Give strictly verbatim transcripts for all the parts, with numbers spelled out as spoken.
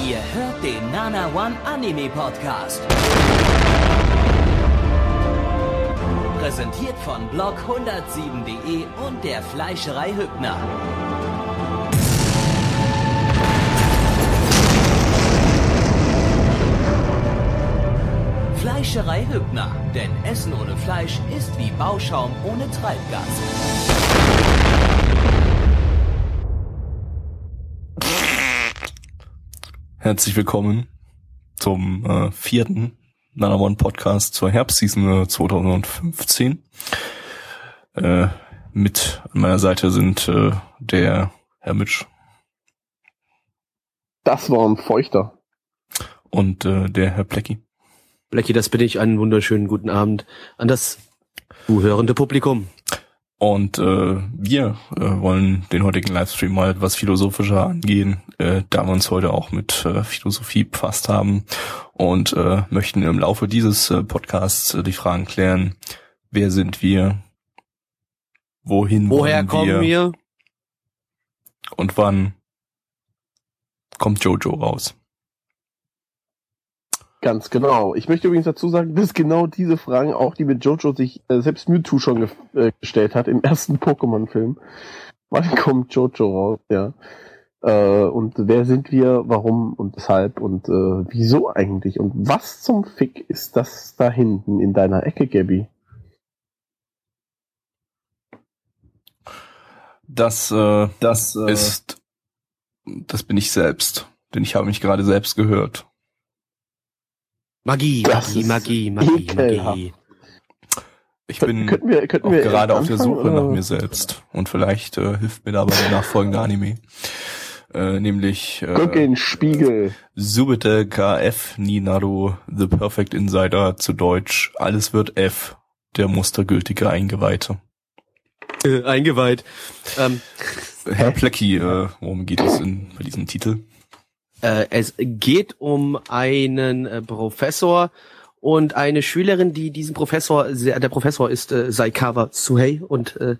Ihr hört den Nana One Anime Podcast. Präsentiert von blog hundertsieben punkt de und der Fleischerei Hübner. Fleischerei Hübner, denn Essen ohne Fleisch ist wie Bauschaum ohne Treibgas. Herzlich willkommen zum äh, vierten Nana One Podcast zur Herbstseason zwanzig fünfzehn. Äh, mit an meiner Seite sind äh, der Herr Mitch. Das war ein Feuchter. Und äh, der Herr Plecki. Plecki, das bin ich. Einen wunderschönen guten Abend an das zuhörende Publikum. Und äh, wir äh, wollen den heutigen Livestream mal etwas philosophischer angehen, äh, da wir uns heute auch mit äh, Philosophie befasst haben und äh, möchten im Laufe dieses äh, Podcasts äh, die Fragen klären: Wer sind wir? Wohin Woher wollen kommen wir? wir? Und wann kommt Jojo raus? Ganz genau. Ich möchte übrigens dazu sagen, dass genau diese Fragen auch, die mit Jojo sich äh, selbst Mewtwo schon ge- äh, gestellt hat im ersten Pokémon-Film. Wann kommt Jojo raus? Ja. Äh, und wer sind wir? Warum und weshalb und äh, wieso eigentlich? Und was zum Fick ist das da hinten in deiner Ecke, Gabby? Das, äh, das äh, ist, das bin ich selbst, denn ich habe mich gerade selbst gehört. Magie, Das Magie, ist Magie, Magie, ekelhaft. Magie. Ich bin könnten wir, könnten auch wir gerade auf der anfangen, Suche nach oder? mir selbst und vielleicht äh, hilft mir dabei der nachfolgende Anime, äh, nämlich Guck in äh, den Spiegel. Subite K F Ninaru The Perfect Insider, zu Deutsch Alles wird F, der mustergültige Eingeweihte. Äh, eingeweiht. Ähm, Herr Plecki, äh, worum geht es in, bei diesem Titel? äh, es geht um einen äh, Professor und eine Schülerin, die diesen Professor, sehr, der Professor ist äh, Saikawa Suhei und äh,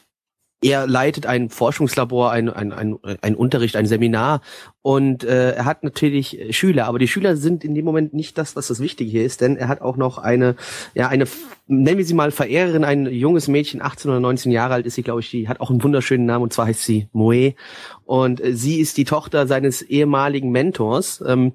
er leitet ein Forschungslabor, ein, ein, ein, ein Unterricht, ein Seminar und äh, er hat natürlich Schüler, aber die Schüler sind in dem Moment nicht das, was das Wichtige hier ist, denn er hat auch noch eine, ja, eine, nennen wir sie mal Verehrerin, ein junges Mädchen, achtzehn oder neunzehn Jahre alt ist sie, glaube ich, die hat auch einen wunderschönen Namen und zwar heißt sie Moe und äh, sie ist die Tochter seines ehemaligen Mentors ähm,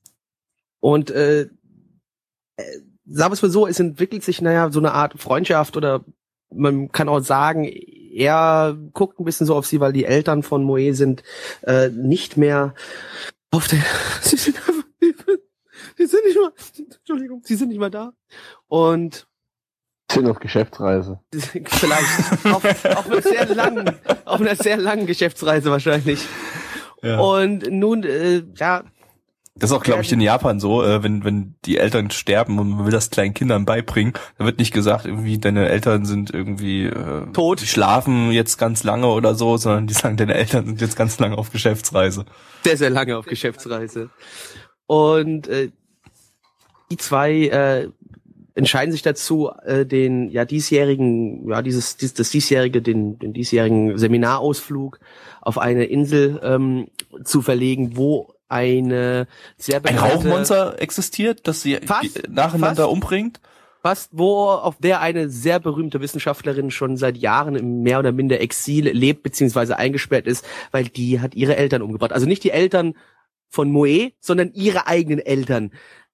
und äh, äh, sagen wir es mal so, es entwickelt sich, naja, so eine Art Freundschaft oder man kann auch sagen, er guckt ein bisschen so auf sie, weil die Eltern von Moe sind äh, nicht mehr auf der, sie sind einfach, sie sind nicht mal, Entschuldigung, sie sind nicht mehr da und Sind auf Geschäftsreise. vielleicht auf, auf einer sehr langen, auf einer sehr langen Geschäftsreise wahrscheinlich. Ja. Und nun, äh, ja. Das ist auch, glaube ich, in Japan so, äh, wenn wenn die Eltern sterben und man will das kleinen Kindern beibringen, da wird nicht gesagt, irgendwie deine Eltern sind irgendwie äh, Tot. Die schlafen jetzt ganz lange oder so, sondern die sagen, deine Eltern sind jetzt ganz lange auf Geschäftsreise. Sehr, sehr lange auf Geschäftsreise. Und äh, die zwei äh, entscheiden sich dazu, äh, den ja diesjährigen, ja dieses, dies, das diesjährige, den, den diesjährigen Seminarausflug auf eine Insel ähm, zu verlegen, wo eine sehr Ein bekannte, Rauchmonster existiert, das sie Fast, nacheinander fast. umbringt? fast, wo auf der eine sehr berühmte Wissenschaftlerin schon seit Jahren im mehr oder minder Exil lebt beziehungsweise eingesperrt ist, weil die hat ihre Eltern umgebracht. Also nicht die Eltern von Moe, sondern ihre eigenen Eltern.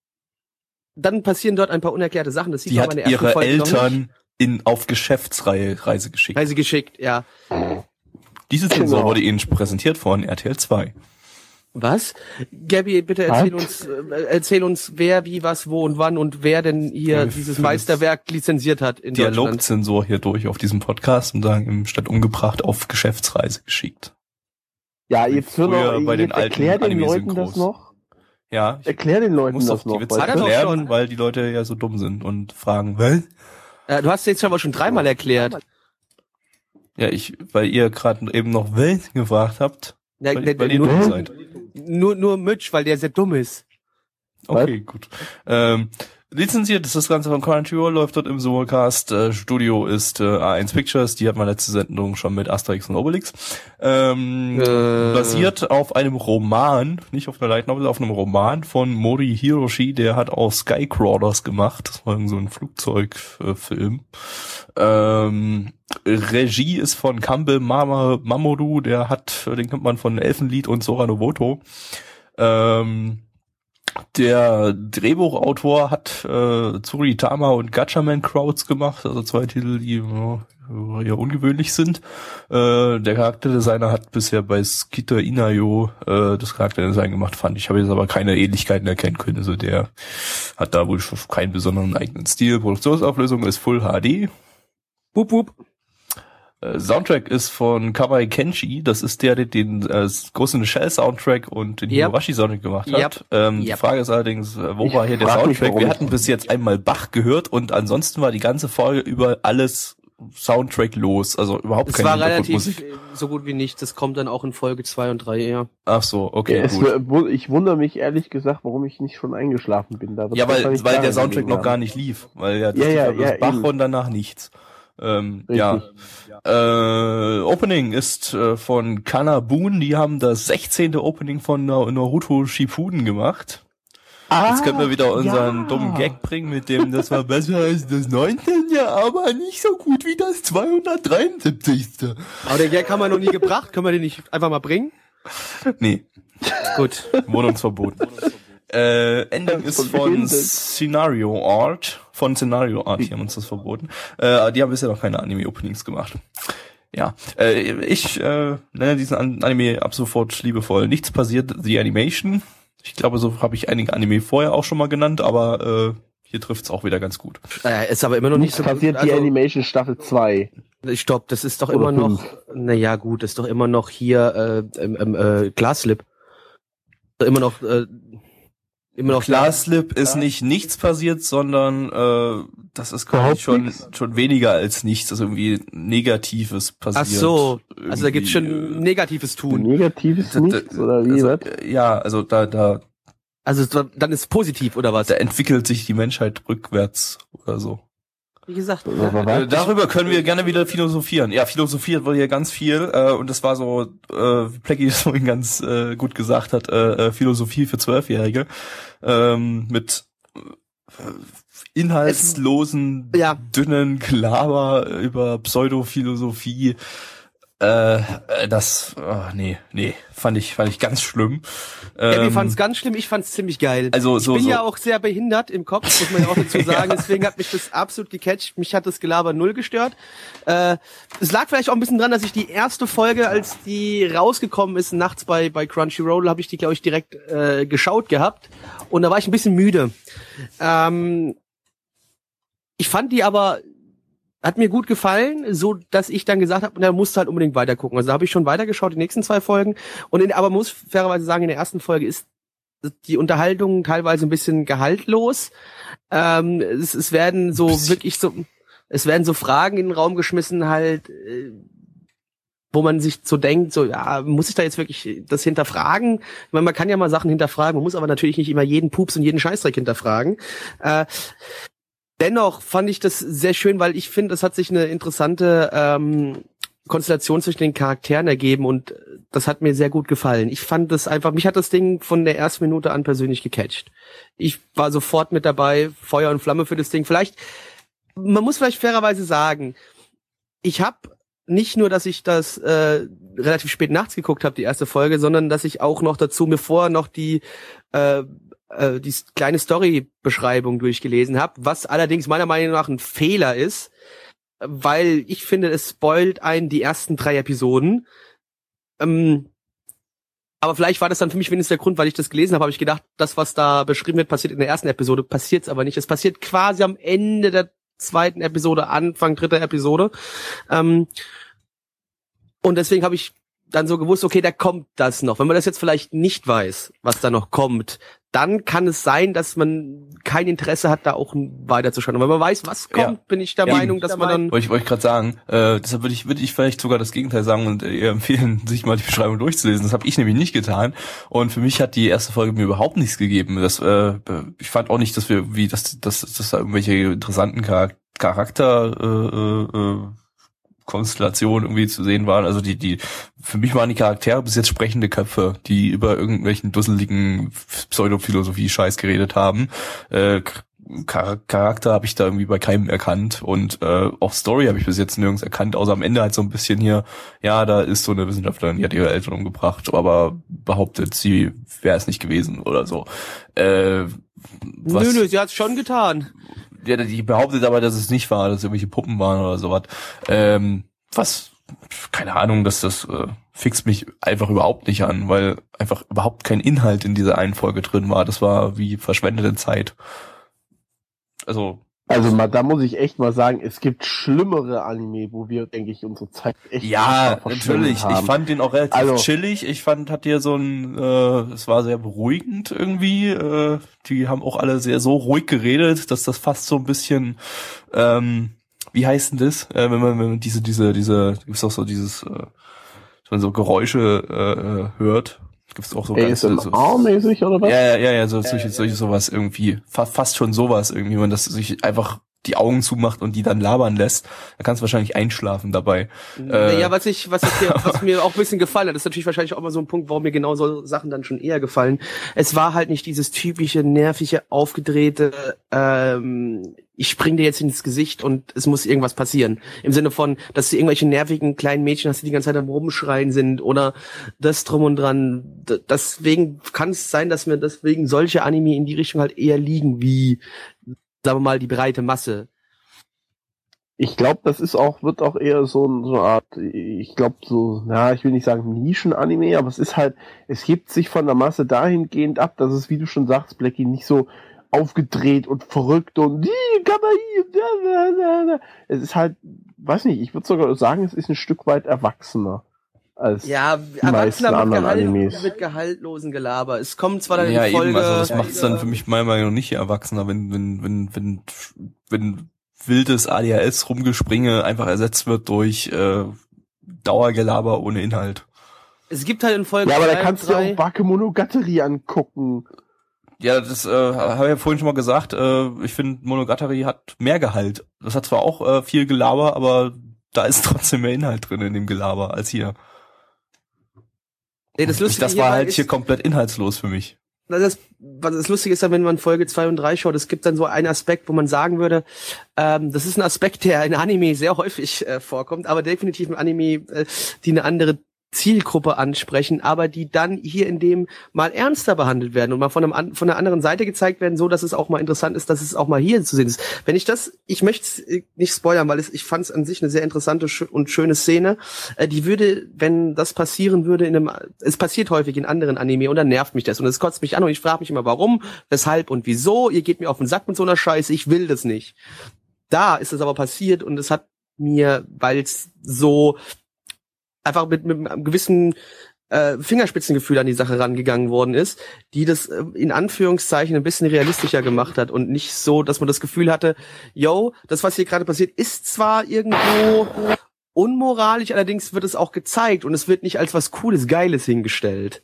Dann passieren dort ein paar unerklärte Sachen. Das sieht Die man hat aber in der ersten ihre Folge noch nicht. Eltern in auf Geschäftsreise geschickt. Reise geschickt, ja. Diese Sensor Genau. wurde Ihnen präsentiert von R T L zwei. Was? Gabi, bitte erzähl Was? uns, äh, erzähl uns, wer, wie, was, wo und wann und wer denn hier Ja, dieses für Meisterwerk lizenziert hat in Deutschland. Dialogzensor hier durch auf diesem Podcast und sagen, statt umgebracht auf Geschäftsreise geschickt. Ja, jetzt hör Früher noch, bei den jetzt alten erklär den Leuten Anime-Synchros. das noch. Ja, ich Erklär den Leuten muss das doch die noch. Witze weil- Hat er doch erklären, schon. weil die Leute ja so dumm sind und fragen, was? Äh, du hast es jetzt aber schon dreimal erklärt. Ja, ich, weil ihr gerade eben noch was gefragt habt, Ja, weil, der- weil ihr nur, dumm seid. nur, nur Mitch, weil der sehr dumm ist. Okay, gut. Ähm, lizenziert ist das Ganze von Crunchyroll, läuft dort im Simulcast. Äh, Studio ist äh, A eins Pictures, die hat man letzte Sendung schon mit Asterix und Obelix. Ähm, äh. Basiert auf einem Roman, nicht auf einer Light Novel, auf einem Roman von Mori Hiroshi, der hat auch Skycrawlers gemacht. Das war so ein Flugzeugfilm. Ähm, Regie ist von Campbell Mama Mamoru, der hat, den kennt man von Elfenlied und Sora Novoto. Ähm, Der Drehbuchautor hat äh, Tsuritama und Gatchaman Crowds gemacht, also zwei Titel, die äh, eher ungewöhnlich sind. Äh, der Charakterdesigner hat bisher bei Skita Inayo äh, das Charakterdesign gemacht, fand ich. Habe jetzt aber keine Ähnlichkeiten erkennen können. Also der hat da wohl keinen besonderen eigenen Stil. Produktionsauflösung ist Full H D. Wup, wup. Soundtrack ist von Kawai Kenshi, das ist der, der den äh, großen Shell-Soundtrack und den Yep. Hirashi-Soundtrack gemacht hat. Yep. Ähm, Yep. Die Frage ist allerdings, wo Ich war hier der frag mich, Soundtrack? warum Wir ich- hatten bis jetzt einmal Bach gehört und ansonsten war die ganze Folge über alles Soundtrack los, also überhaupt Es keine war relativ Hintergrundmusik. äh, so gut wie nichts. Das kommt dann auch in Folge zwei und drei eher. Ach so, okay, Ja, es, gut. wu- ich wundere mich ehrlich gesagt, warum ich nicht schon eingeschlafen bin. Da wird Ja, weil, wahrscheinlich weil der daran Soundtrack gelegen noch haben. gar nicht lief, weil ja das Ja, lief ja, ja bloß ja, Bach eben. und danach nichts. Ähm, Richtig. ja. Äh, Opening ist äh, von Kanabun, die haben das sechzehnte Opening von Na- Naruto Shippuden gemacht. Ah, Jetzt können wir wieder unseren ja. dummen Gag bringen mit dem, das war besser als das neunzehnte, aber nicht so gut wie das zweihundertdreiundsiebzigste. Aber den Gag haben wir noch nie gebracht. Können wir den nicht einfach mal bringen? Nee, Gut. Wohnungsverbot. Äh, Ending ist von Verbindet. Scenario Art. Von Scenario Art, die haben uns das verboten. Äh, die haben bisher noch keine Anime-Openings gemacht. Ja, äh, ich äh, nenne diesen An- Anime ab sofort liebevoll. Nichts passiert, The Animation. Ich glaube, so habe ich einige Anime vorher auch schon mal genannt, aber äh, hier trifft's auch wieder ganz gut. Äh, ist aber immer noch nicht Nichts so passiert also, die Animation Staffel zwei. Stopp, das ist doch Oder immer noch, fünf. naja gut, das ist doch immer noch hier äh, ähm, ähm, äh, Glasslip. Immer noch, äh, immer noch Glasslip ist nicht nichts passiert, sondern äh, das ist quasi Überhaupt schon nichts? schon weniger als nichts, also irgendwie Negatives passiert. Ach so, also da gibt's Irgendwie, schon Negatives tun. Negatives Da- da- nichts, oder wie, also, was? äh, Ja, also da da Also es- dann ist positiv oder was? da entwickelt sich die Menschheit rückwärts oder so. Wie gesagt, Oder ja. was? Äh, darüber können wir gerne wieder philosophieren. Ja, philosophiert wurde hier ganz viel äh, und das war so, äh, wie Plecky es vorhin ganz äh, gut gesagt hat, äh, äh, Philosophie für Zwölfjährige ähm, mit äh, inhaltslosen, Ja. dünnen Gelaber über Pseudophilosophie. Äh, äh, das, oh, nee, nee, fand ich, fand ich ganz schlimm. Ja, wir Ähm, fand's ganz schlimm, ich fand's ziemlich geil. Also ich so- bin so- ja auch sehr behindert im Kopf, muss man ja auch dazu sagen, deswegen hat mich das absolut gecatcht, mich hat das Gelaber null gestört. Äh, es lag vielleicht auch ein bisschen dran, dass ich die erste Folge, als die rausgekommen ist, nachts bei bei Crunchyroll, habe ich die, glaube ich, direkt äh, geschaut gehabt und da war ich ein bisschen müde. Ähm, ich fand die aber hat mir gut gefallen, so dass ich dann gesagt habe, na, musst halt unbedingt weitergucken. Also da habe ich schon weitergeschaut, die nächsten zwei Folgen. Und in, aber man muss fairerweise sagen, in der ersten Folge ist die Unterhaltung teilweise ein bisschen gehaltlos. Ähm, es, es werden so wirklich so, es werden so Fragen in den Raum geschmissen, halt, äh, wo man sich so denkt, so, ja, muss ich da jetzt wirklich das hinterfragen? Ich meine, man kann ja mal Sachen hinterfragen, man muss aber natürlich nicht immer jeden Pups und jeden Scheißdreck hinterfragen. Äh, Dennoch fand ich das sehr schön, weil ich finde, es hat sich eine interessante ähm, Konstellation zwischen den Charakteren ergeben und das hat mir sehr gut gefallen. Ich fand das einfach, mich hat das Ding von der ersten Minute an persönlich gecatcht. Ich war sofort mit dabei, Feuer und Flamme für das Ding. Vielleicht, man muss vielleicht fairerweise sagen, ich habe nicht nur, dass ich das äh, relativ spät nachts geguckt habe, die erste Folge, sondern dass ich auch noch dazu mir vorher noch die äh, die kleine Story-Beschreibung durchgelesen habe, was allerdings meiner Meinung nach ein Fehler ist, weil ich finde, es spoilt einen die ersten drei Episoden. Ähm, aber vielleicht war das dann für mich wenigstens der Grund, weil ich das gelesen habe, habe ich gedacht, das, was da beschrieben wird, passiert in der ersten Episode, passiert es aber nicht. Es passiert quasi am Ende der zweiten Episode, Anfang dritter Episode. Ähm, und deswegen habe ich dann so gewusst, okay, da kommt das noch. Wenn man das jetzt vielleicht nicht weiß, was da noch kommt, dann kann es sein, dass man kein Interesse hat, da auch weiterzuschauen. Und wenn man weiß, was kommt, ja. bin ich der ja, Meinung, dass man dann... Wollte ich, wollte ich gerade sagen, äh, deshalb würde ich, würde ich vielleicht sogar das Gegenteil sagen und eher empfehlen, sich mal die Beschreibung durchzulesen. Das habe ich nämlich nicht getan. Und für mich hat die erste Folge mir überhaupt nichts gegeben. Das, äh, ich fand auch nicht, dass wir, wie, dass, dass, dass da irgendwelche interessanten Charakter, Charakter äh, äh, Konstellation irgendwie zu sehen waren. Also die, die, für mich waren die Charaktere bis jetzt sprechende Köpfe, die über irgendwelchen dusseligen Pseudophilosophie-Scheiß geredet haben. Äh, Char- Charakter habe ich da irgendwie bei keinem erkannt und äh, auch Story habe ich bis jetzt nirgends erkannt, außer am Ende halt so ein bisschen hier, ja, da ist so eine Wissenschaftlerin, die hat ihre Eltern umgebracht, aber behauptet, sie wäre es nicht gewesen oder so. Äh, was, nö, nö, sie hat es schon getan. Ja, die behauptet aber, dass es nicht war, dass es irgendwelche Puppen waren oder sowas. Ähm, was, keine Ahnung, dass das äh, fixt mich einfach überhaupt nicht an, weil einfach überhaupt kein Inhalt in dieser einen Folge drin war. Das war wie verschwendete Zeit. Also Also mal, da muss ich echt mal sagen, es gibt schlimmere Anime, wo wir, denke ich, unsere Zeit echt ja, natürlich. haben. Ich fand den auch relativ also, chillig. Ich fand, hat hier so ein, äh, es war sehr beruhigend irgendwie. Äh, die haben auch alle sehr so ruhig geredet, dass das fast so ein bisschen, ähm, wie heißt denn das? Äh, wenn man, wenn man diese, diese, diese, gibt's auch so dieses, äh, wenn man so Geräusche äh, hört. Gibt's auch so ey, ganz ist das so mäßig oder was? Ja, ja, ja, ja, so solche, solche sowas irgendwie, fast, fast schon sowas irgendwie, wenn man das sich einfach die Augen zumacht und die dann labern lässt, da kannst du wahrscheinlich einschlafen dabei. Naja, äh, was ich, was ich hier, was mir auch ein bisschen gefallen hat, ist natürlich wahrscheinlich auch mal so ein Punkt, warum mir genau so Sachen dann schon eher gefallen. Es war halt nicht dieses typische, nervige, aufgedrehte, ähm, ich spring dir jetzt ins Gesicht und es muss irgendwas passieren. Im Sinne von, dass du irgendwelche nervigen kleinen Mädchen hast, die die ganze Zeit am Rumschreien sind oder das drum und dran. D- deswegen kann es sein, dass mir deswegen solche Anime in die Richtung halt eher liegen wie, sagen wir mal, die breite Masse. Ich glaube, das ist auch, wird auch eher so, so eine Art, ich glaube so, na, ich will nicht sagen Nischen-Anime, aber es ist halt, es hebt sich von der Masse dahingehend ab, dass es, wie du schon sagst, Blackie, nicht so aufgedreht und verrückt und es ist halt, weiß nicht, ich würde sogar sagen, es ist ein Stück weit erwachsener als ja, die meisten anderen Gehalt, Animes. mit gehaltlosen Gelaber. Es kommt zwar dann ja, in Folge... Eben, also das macht es dann für mich meiner Meinung nach nicht erwachsener, wenn, wenn, wenn, wenn, wenn wildes A D H S-Rumgespringe einfach ersetzt wird durch äh, Dauergelaber ohne Inhalt. Es gibt halt in Folge Ja, aber da drei, kannst du drei, auch Bakemonogatari angucken. Ja, das äh, habe ich ja vorhin schon mal gesagt. Äh, ich finde, Monogatari hat mehr Gehalt. Das hat zwar auch äh, viel Gelaber, aber da ist trotzdem mehr Inhalt drin in dem Gelaber als hier. Nee, das Lustige das war halt ist, hier komplett inhaltslos für mich. Das, was das Lustige ist, wenn man Folge zwei und drei schaut, es gibt dann so einen Aspekt, wo man sagen würde, ähm, das ist ein Aspekt, der in Anime sehr häufig äh, vorkommt, aber definitiv im Anime, äh, die eine andere Zielgruppe ansprechen, aber die dann hier in dem mal ernster behandelt werden und mal von einem von der anderen Seite gezeigt werden, so dass es auch mal interessant ist, dass es auch mal hier zu sehen ist. Wenn ich das, ich möchte es nicht spoilern, weil es, ich fand es an sich eine sehr interessante und schöne Szene. Äh, die würde, wenn das passieren würde in einem, es passiert häufig in anderen Anime und dann nervt mich das und es kotzt mich an und ich frage mich immer, warum, weshalb und wieso. Ihr geht mir auf den Sack mit so einer Scheiße, ich will das nicht. Da ist es aber passiert und es hat mir, weil es so einfach mit, mit einem gewissen äh, Fingerspitzengefühl an die Sache rangegangen worden ist, die das äh, in Anführungszeichen ein bisschen realistischer gemacht hat und nicht so, dass man das Gefühl hatte, yo, das, was hier gerade passiert, ist zwar irgendwo unmoralisch, allerdings wird es auch gezeigt und es wird nicht als was Cooles, Geiles hingestellt.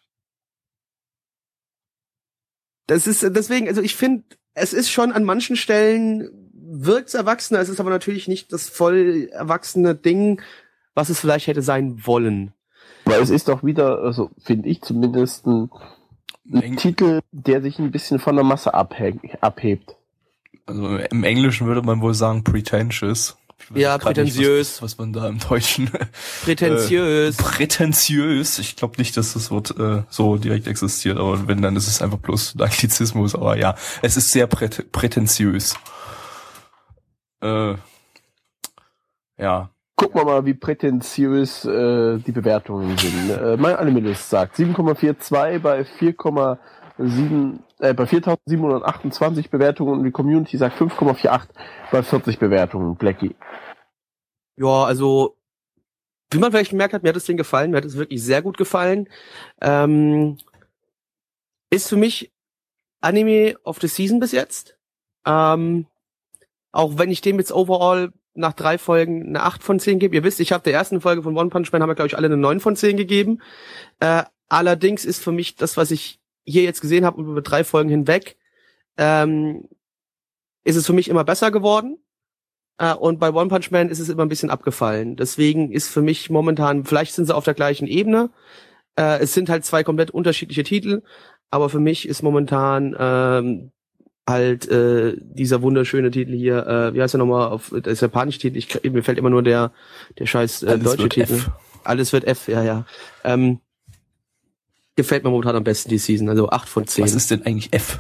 Das ist deswegen, also ich finde, es ist schon an manchen Stellen wirkt's erwachsener, es ist aber natürlich nicht das voll erwachsene Ding, was es vielleicht hätte sein wollen. Weil es ist doch wieder, also finde ich zumindest, ein, ein Eng- Titel, der sich ein bisschen von der Masse abhä- abhebt. Also im Englischen würde man wohl sagen pretentious. Ich weiß Ja, grad nicht, prätentiös. was, was man da im Deutschen Prätentiös. Äh, prätentiös. Ich glaube nicht, dass das Wort äh, so direkt existiert, aber wenn, dann ist es einfach bloß ein Anglizismus. Aber ja, es ist sehr prät- prätentiös. Äh, ja. Gucken wir mal, wie prätentiös äh, die Bewertungen sind. Äh, mein Animalist sagt sieben Komma zweiundvierzig bei vier Komma sieben äh, bei viertausendsiebenhundertachtundzwanzig Bewertungen und die Community sagt fünf Komma achtzig bei vierzig Bewertungen. Blackie. Ja, also wie man vielleicht gemerkt hat, mir hat das Ding gefallen, mir hat es wirklich sehr gut gefallen. Ähm, ist für mich Anime of the Season bis jetzt. Ähm, auch wenn ich dem jetzt overall nach drei Folgen eine acht von zehn gebe. Ihr wisst, ich habe der ersten Folge von One Punch Man, haben wir, glaube ich, alle eine neun von zehn gegeben. Äh, allerdings ist für mich das, was ich hier jetzt gesehen habe, über drei Folgen hinweg, ähm, ist es für mich immer besser geworden. Uh, und bei One Punch Man ist es immer ein bisschen abgefallen. Deswegen ist für mich momentan, vielleicht sind sie auf der gleichen Ebene. Uh, es sind halt zwei komplett unterschiedliche Titel, aber für mich ist momentan ähm, halt äh, dieser wunderschöne Titel hier, äh, wie heißt er nochmal, auf das ist japanische Titel, ich, mir fällt immer nur der der scheiß äh, deutsche Titel. F. Alles wird F, ja, ja. Ähm, gefällt mir momentan am besten die Season, also acht von zehn. Was ist denn eigentlich F?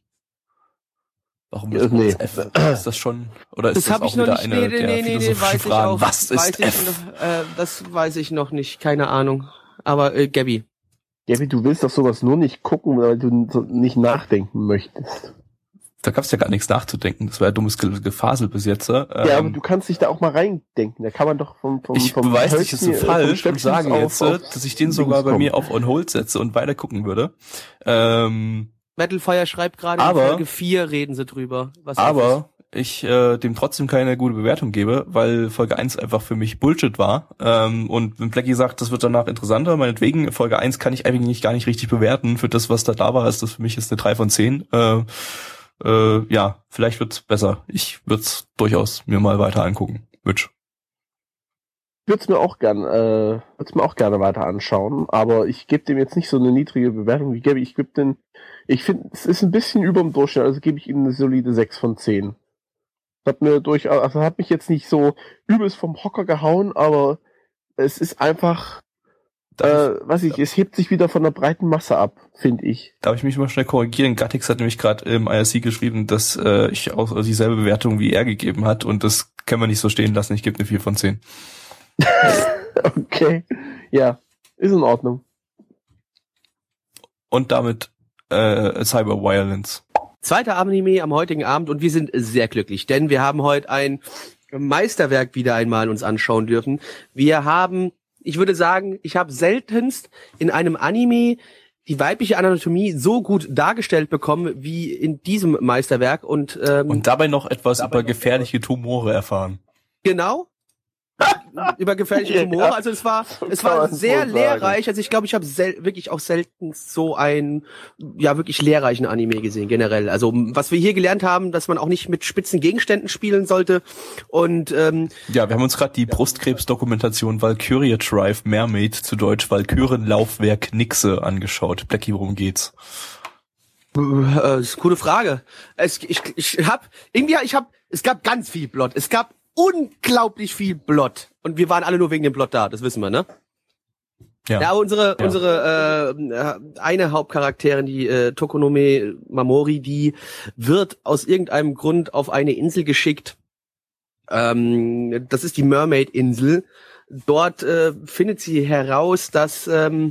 Warum ja, nee. F? Ist das schon, oder ist das, das hab auch ich noch wieder nicht, eine nee, der nee, nee, philosophischen weiß Fragen? Ich auch, Was weiß ist ich F? Noch, äh, das weiß ich noch nicht, keine Ahnung. Aber äh, Gabby. Gabby, du willst doch sowas nur nicht gucken, weil du so nicht nachdenken möchtest. Da gab's ja gar nichts nachzudenken. Das war ja dummes Ge- Gefasel bis jetzt. Ähm, ja, aber du kannst dich da auch mal reindenken. Da kann man doch vom vom Ich vom beweise dich jetzt so Hölzchen, falsch vom und sage auf, jetzt, auf dass ich den sogar bei kommen. mir auf On Hold setze und weiter gucken würde. Ähm, Metalfire schreibt gerade, in Folge vier reden sie drüber. Was aber ich äh, dem trotzdem keine gute Bewertung gebe, weil Folge eins einfach für mich Bullshit war. Ähm, und wenn Blackie sagt, das wird danach interessanter, meinetwegen, Folge eins kann ich eigentlich gar nicht richtig bewerten. Für das, was da da war, ist das für mich jetzt eine drei von zehn. Äh, äh, ja, vielleicht wird's besser. Ich würde es durchaus mir mal weiter angucken. Mitch. Ich würde es mir auch gern, äh, würde mir auch gerne weiter anschauen, aber ich gebe dem jetzt nicht so eine niedrige Bewertung wie Gabby. Ich gebe den, ich finde, es ist ein bisschen über dem Durchschnitt, also gebe ich ihm eine solide sechs von zehn. Hat mir durchaus, also hat mich jetzt nicht so übelst vom Hocker gehauen, aber es ist einfach, äh, weiß ich, es hebt sich wieder von der breiten Masse ab, finde ich. Darf ich mich mal schnell korrigieren? Gattix hat nämlich gerade im I R C geschrieben, dass äh, ich auch dieselbe Bewertung wie er gegeben hat und das können wir nicht so stehen lassen. Ich gebe eine vier von zehn. Okay, ja, ist in Ordnung. Und damit äh, Cyber Violence. Zweiter Anime am heutigen Abend und wir sind sehr glücklich, denn wir haben heute ein Meisterwerk wieder einmal uns anschauen dürfen. Wir haben, ich würde sagen, ich habe seltenst in einem Anime die weibliche Anatomie so gut dargestellt bekommen wie in diesem Meisterwerk und ähm, Und dabei noch etwas dabei über noch gefährliche Tumore erfahren. genau. über gefährliche Tumore. Also es war, es war sehr lehrreich. Also ich glaube, ich habe sel- wirklich auch selten so einen, ja wirklich lehrreichen Anime gesehen generell. Also was wir hier gelernt haben, dass man auch nicht mit spitzen Gegenständen spielen sollte. Und ähm, ja, wir haben uns gerade die Brustkrebs-Dokumentation Valkyria Drive Mermaid, zu Deutsch Valkyrenlaufwerk Nixe, angeschaut. Blackie, worum geht's? Äh, das ist eine coole Frage. Es, ich, ich hab irgendwie, ich hab, es gab ganz viel Plot. Es gab unglaublich viel Plot. Und wir waren alle nur wegen dem Plot da, das wissen wir, ne? Ja, ja unsere, ja. unsere, äh, eine Hauptcharakterin, die äh, Tokonome Mamori, die wird aus irgendeinem Grund auf eine Insel geschickt. Ähm, das ist die Mermaid-Insel. Dort äh, findet sie heraus, dass ähm,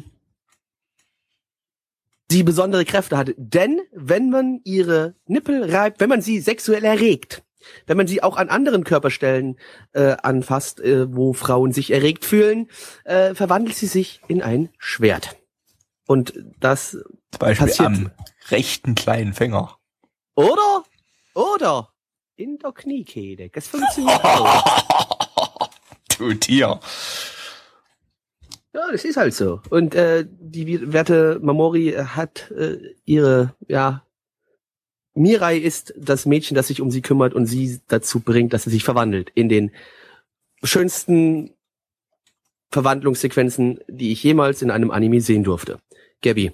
sie besondere Kräfte hat. Denn wenn man ihre Nippel reibt, wenn man sie sexuell erregt, wenn man sie auch an anderen Körperstellen äh, anfasst, äh, wo Frauen sich erregt fühlen, äh, verwandelt sie sich in ein Schwert. Und das Zum Beispiel passiert am rechten kleinen Finger. Oder? Oder in der Kniekehle. Das funktioniert auch. Du Tier. Ja, das ist halt so. Und äh, die werte Mamori hat äh, ihre, ja, Mirai ist das Mädchen, das sich um sie kümmert und sie dazu bringt, dass sie sich verwandelt in den schönsten Verwandlungssequenzen, die ich jemals in einem Anime sehen durfte. Gabby.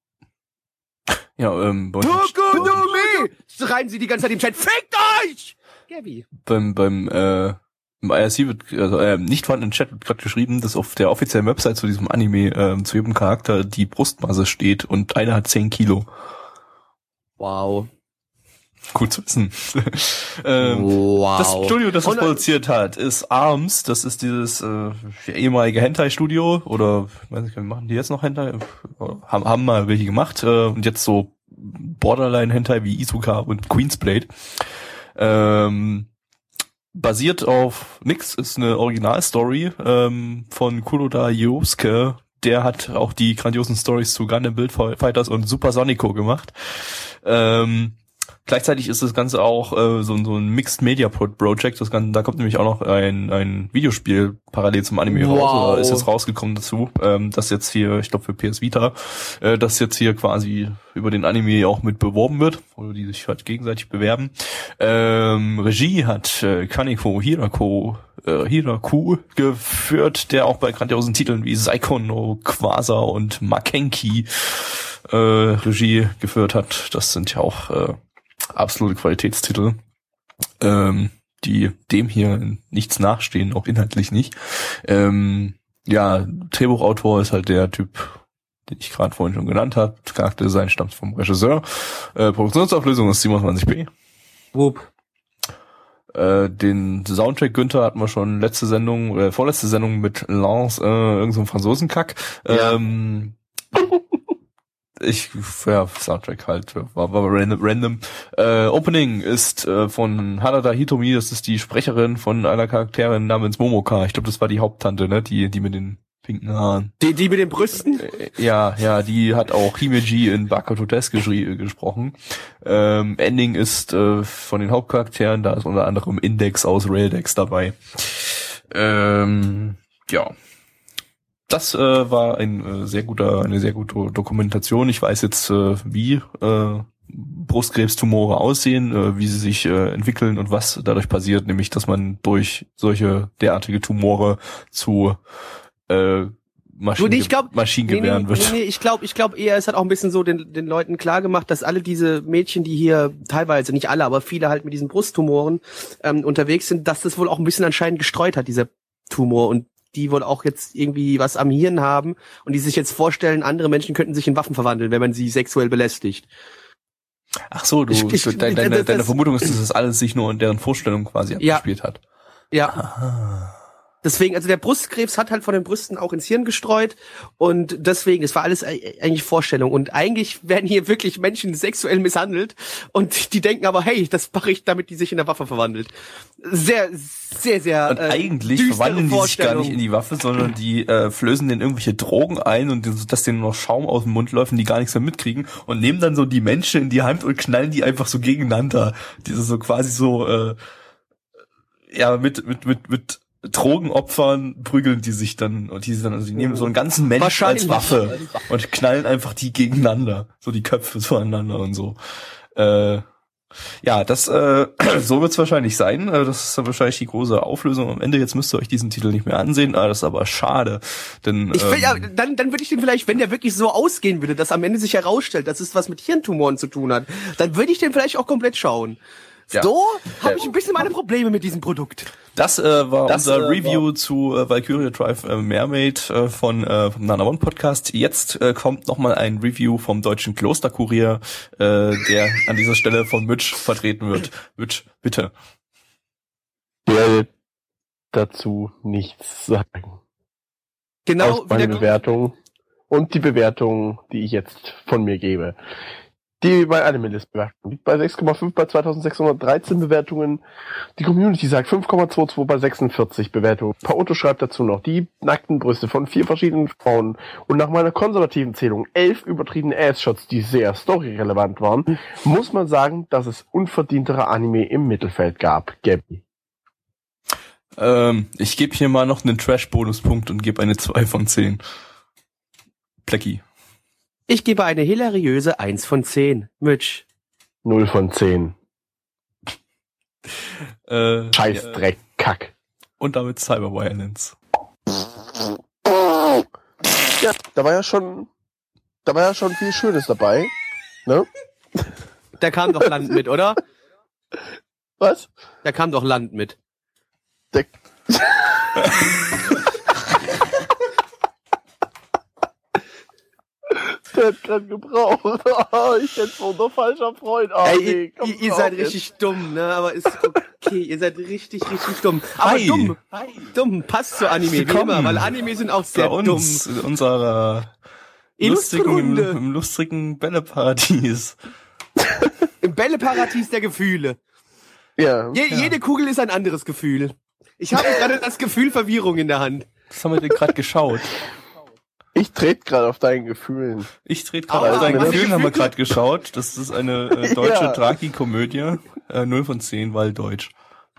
Ja, ähm, bei Tokonome! Schreiben sie die ganze Zeit im Chat. Fickt euch! Gabby. Beim, beim, äh, im I R C wird, also, äh, nicht vorhandenen Chat wird gerade geschrieben, dass auf der offiziellen Website zu diesem Anime, ähm, zu jedem Charakter die Brustmasse steht und einer hat zehn Kilo. Wow. Gut zu wissen. ähm, wow. Das Studio, das es Und, produziert hat, ist ARMS. Das ist dieses äh, ehemalige Hentai-Studio. Oder, ich weiß nicht, machen die jetzt noch Hentai? Haben, haben mal welche gemacht. Äh, und jetzt so Borderline-Hentai wie Izuka und Queensblade. Ähm, basiert auf nix, ist eine Originalstory ähm, von Kuroda Yosuke. Der hat auch die grandiosen Stories zu Gundam Build Fighters und Super Sonico gemacht. Ähm, Gleichzeitig ist das Ganze auch äh, so, so ein Mixed Media Project. Das Ganze, da kommt nämlich auch noch ein, ein Videospiel parallel zum Anime wow. raus, oder ist jetzt rausgekommen dazu. Ähm, das jetzt hier, ich glaube für P S Vita, äh, das jetzt hier quasi über den Anime auch mit beworben wird, oder die sich halt gegenseitig bewerben. Ähm, Regie hat äh, Kaneko Hirako, äh, Hiraku geführt, der auch bei grandiosen Titeln wie Saikon no Quasar und Makenki äh, Regie geführt hat. Das sind ja auch äh, absolute Qualitätstitel, ähm, die dem hier nichts nachstehen, auch inhaltlich nicht. Ähm, ja, Drehbuchautor ist halt der Typ, den ich gerade vorhin schon genannt habe. Charakterdesign stammt vom Regisseur. Äh, Produktionsauflösung ist siebenundzwanzig p. Wupp. Äh, den Soundtrack Günther hatten wir schon letzte Sendung, äh, vorletzte Sendung mit Lance, äh, irgend so ein Franzosenkack. Ja. Ähm, Ich, ja, Soundtrack halt, war, war random. random. Äh, Opening ist äh, von Hanada Hitomi, das ist die Sprecherin von einer Charakterin namens Momoka. Ich glaube, das war die Haupttante, ne, die die mit den pinken Haaren. Die, die mit den Brüsten? Äh, ja, ja, die hat auch Himeji in Bakuto Test gesprochen. Ähm, Ending ist äh, von den Hauptcharakteren, da ist unter anderem Index aus Raildex dabei. Ähm, ja. Das äh, war ein äh, sehr guter, eine sehr gute Dokumentation. Ich weiß jetzt, äh, wie äh, Brustkrebstumore aussehen, äh, wie sie sich äh, entwickeln und was dadurch passiert, nämlich dass man durch solche derartige Tumore zu äh, Maschinen, ich glaub, Maschinengewehren nee, nee, wird. Nee, nee, ich glaube, ich glaube eher, es hat auch ein bisschen so den, den Leuten klar gemacht, dass alle diese Mädchen, die hier teilweise, nicht alle, aber viele halt mit diesen Brusttumoren ähm, unterwegs sind, dass das wohl auch ein bisschen anscheinend gestreut hat, dieser Tumor, und die wohl auch jetzt irgendwie was am Hirn haben und die sich jetzt vorstellen, andere Menschen könnten sich in Waffen verwandeln, wenn man sie sexuell belästigt. Ach so, du, ich, ich, deine, deine, das, deine das, Vermutung ist, dass das alles sich nur in deren Vorstellung quasi ja, abgespielt hat. Ja. Aha. Deswegen, also der Brustkrebs hat halt von den Brüsten auch ins Hirn gestreut und deswegen, es war alles eigentlich Vorstellung und eigentlich werden hier wirklich Menschen sexuell misshandelt und die denken aber, hey, das mache ich, damit die sich in eine Waffe verwandelt. Sehr, sehr, sehr Und äh, eigentlich verwandeln die sich gar nicht in die Waffe, sondern die äh, flößen denen irgendwelche Drogen ein und dass denen noch Schaum aus dem Mund läuft und die gar nichts mehr mitkriegen und nehmen dann so die Menschen in die Hand und knallen die einfach so gegeneinander. Diese so quasi so äh, ja mit mit mit mit Drogenopfern prügeln die sich dann und die dann also die nehmen so einen ganzen Mensch als Waffe und knallen einfach die gegeneinander, so die Köpfe zueinander und so. Äh, ja, das äh, so wird's wahrscheinlich sein. Das ist dann wahrscheinlich die große Auflösung am Ende. Jetzt müsst ihr euch diesen Titel nicht mehr ansehen, aber das ist aber schade, denn ich will, ähm, ja, dann dann würde ich den vielleicht, wenn der wirklich so ausgehen würde, dass am Ende sich herausstellt, dass es was mit Hirntumoren zu tun hat, dann würde ich den vielleicht auch komplett schauen. Ja. So habe ich ein bisschen meine Probleme mit diesem Produkt. Das äh, war Das, unser äh, Review war zu äh, Valkyria Drive äh, Mermaid äh, von äh, vom Nana One Podcast. Jetzt äh, kommt nochmal ein Review vom deutschen Klosterkurier, äh, der an dieser Stelle von Mitch vertreten wird. Mitch, bitte. Ich werde dazu nichts sagen. Genau Aus wie meiner der Bewertung und die Bewertung, die ich jetzt von mir gebe. Die bei Animalist-Bewertung liegt bei sechs Komma fünf bei zweitausendsechshundertdreizehn Bewertungen. Die Community sagt fünf Komma zweiundzwanzig bei sechsundvierzig Bewertungen. Paoto schreibt dazu noch die nackten Brüste von vier verschiedenen Frauen und nach meiner konservativen Zählung elf übertriebene Ass-Shots, die sehr storyrelevant waren, muss man sagen, dass es unverdientere Anime im Mittelfeld gab. Gabby. Ähm, ich gebe hier mal noch einen Trash-Bonuspunkt und gebe eine zwei von zehn. Plecki. Ich gebe eine hilariöse eins von zehn. Mitch. null von zehn. Äh, Scheiß ja. Dreck, Kack. Und damit Cyber Violence. Ja, da war ja schon, da war ja schon viel Schönes dabei, ne? Da kam doch Land mit, oder? Was? Da kam doch Land mit. Der Der hat grad gebraucht. Oh, ich hätte so unser falscher Freund. Oh, Ey, nee, komm, ihr, ihr auf seid jetzt. richtig dumm, ne? Aber ist okay, ihr seid richtig, richtig dumm. Aber Hi. dumm, dumm, passt zu Anime, wie Willkommen. immer, weil Anime sind auch Bei sehr uns, dumm. in unserer Illustre lustigen, Runde. im lustigen Bälleparadies. Im Bälleparadies der Gefühle. Ja. Je, Ja. Jede Kugel ist ein anderes Gefühl. Ich habe gerade das Gefühl Verwirrung in der Hand. Das haben wir denn gerade geschaut. Ich trete gerade auf deinen Gefühlen. Ich trete gerade Aua, auf deinen meine Gefühlen, haben wir Gefühle. gerade geschaut. Das ist eine äh, deutsche Ja. Tragikomödie. Äh, null von zehn, weil deutsch.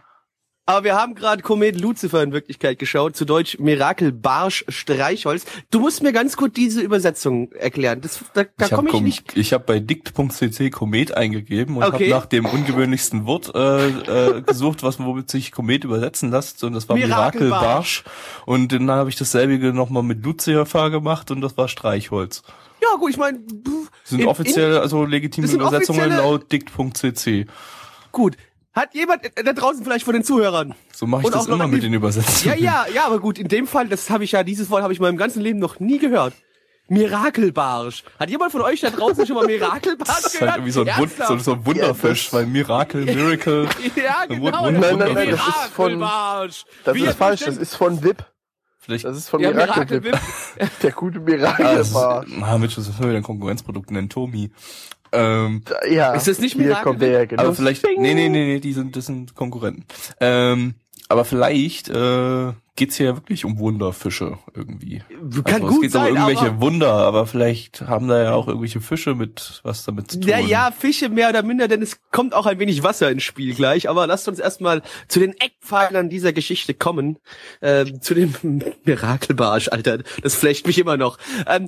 Aber wir haben gerade Komet Lucifer in Wirklichkeit geschaut, zu Deutsch Mirakel Barsch Streichholz. Du musst mir ganz kurz diese Übersetzung erklären. Das, da da Ich habe komme ich nicht. ich hab bei dict punkt c c Komet eingegeben und Okay. habe nach dem ungewöhnlichsten Wort äh, äh, gesucht, was womit sich Komet übersetzen lässt. Und das war Mirakelbarsch. Mirakelbarsch. Und dann habe ich dasselbe nochmal mit Lucifer gemacht und das war Streichholz. Ja gut, ich meine, Sind In- offiziell, also legitime das sind Übersetzungen offizielle- laut dict punkt c c. gut. Hat jemand da draußen vielleicht von den Zuhörern? So mache ich Und das auch noch immer an mit die- den Übersetzungen. Ja, ja, ja, aber gut, in dem Fall, das habe ich ja, dieses Wort habe ich in meinem ganzen Leben noch nie gehört. Mirakelbarsch. Hat jemand von euch da draußen schon mal Mirakelbarsch Das ist gehört? halt irgendwie so ein, Wund, so, so ein Wunderfisch, Ja, das- weil Miracle, Miracle. Ja, Ein genau. Wund- Nein, nein, nein, das ist von- Mirakelbarsch. Das Wie ist hat falsch, mich das denn- ist von Wip. Vielleicht Das ist von Ja, Miracle Mirakel Wip. Der gute Miracle Ah, das ist, war. ah, Mensch, das ist wieder ein Konkurrenzprodukt, ein Tomi. Ähm, Ja. Ist das nicht Hier Miracle kommt der aber Genuss. vielleicht, nee, nee, nee, nee, die sind, das sind Konkurrenten. Ähm, aber vielleicht, äh, geht's hier ja wirklich um Wunderfische irgendwie. Kann Also, gut es geht sein, um irgendwelche aber Wunder, aber vielleicht haben da ja auch irgendwelche Fische mit, was damit zu tun. ja, ja, Fische mehr oder minder, denn es kommt auch ein wenig Wasser ins Spiel gleich. Aber lasst uns erstmal zu den Eckpfeilern dieser Geschichte kommen. Ähm, zu dem Mirakelbarsch, Alter. Das flecht mich immer noch. Ähm,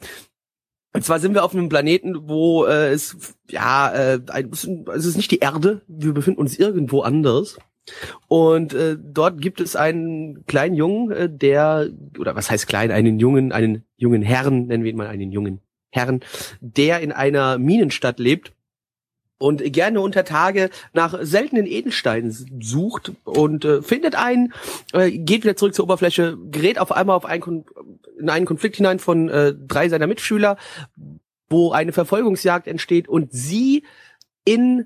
und zwar sind wir auf einem Planeten, wo äh, es, ja, äh, ein, es ist nicht die Erde, wir befinden uns irgendwo anders. Und äh, dort gibt es einen kleinen Jungen, äh, der, oder was heißt klein, einen Jungen, einen jungen Herrn, nennen wir ihn mal einen jungen Herrn, der in einer Minenstadt lebt und gerne unter Tage nach seltenen Edelsteinen sucht und äh, findet einen, äh, geht wieder zurück zur Oberfläche, gerät auf einmal auf einen Kon- in einen Konflikt hinein von äh, drei seiner Mitschüler, wo eine Verfolgungsjagd entsteht und sie in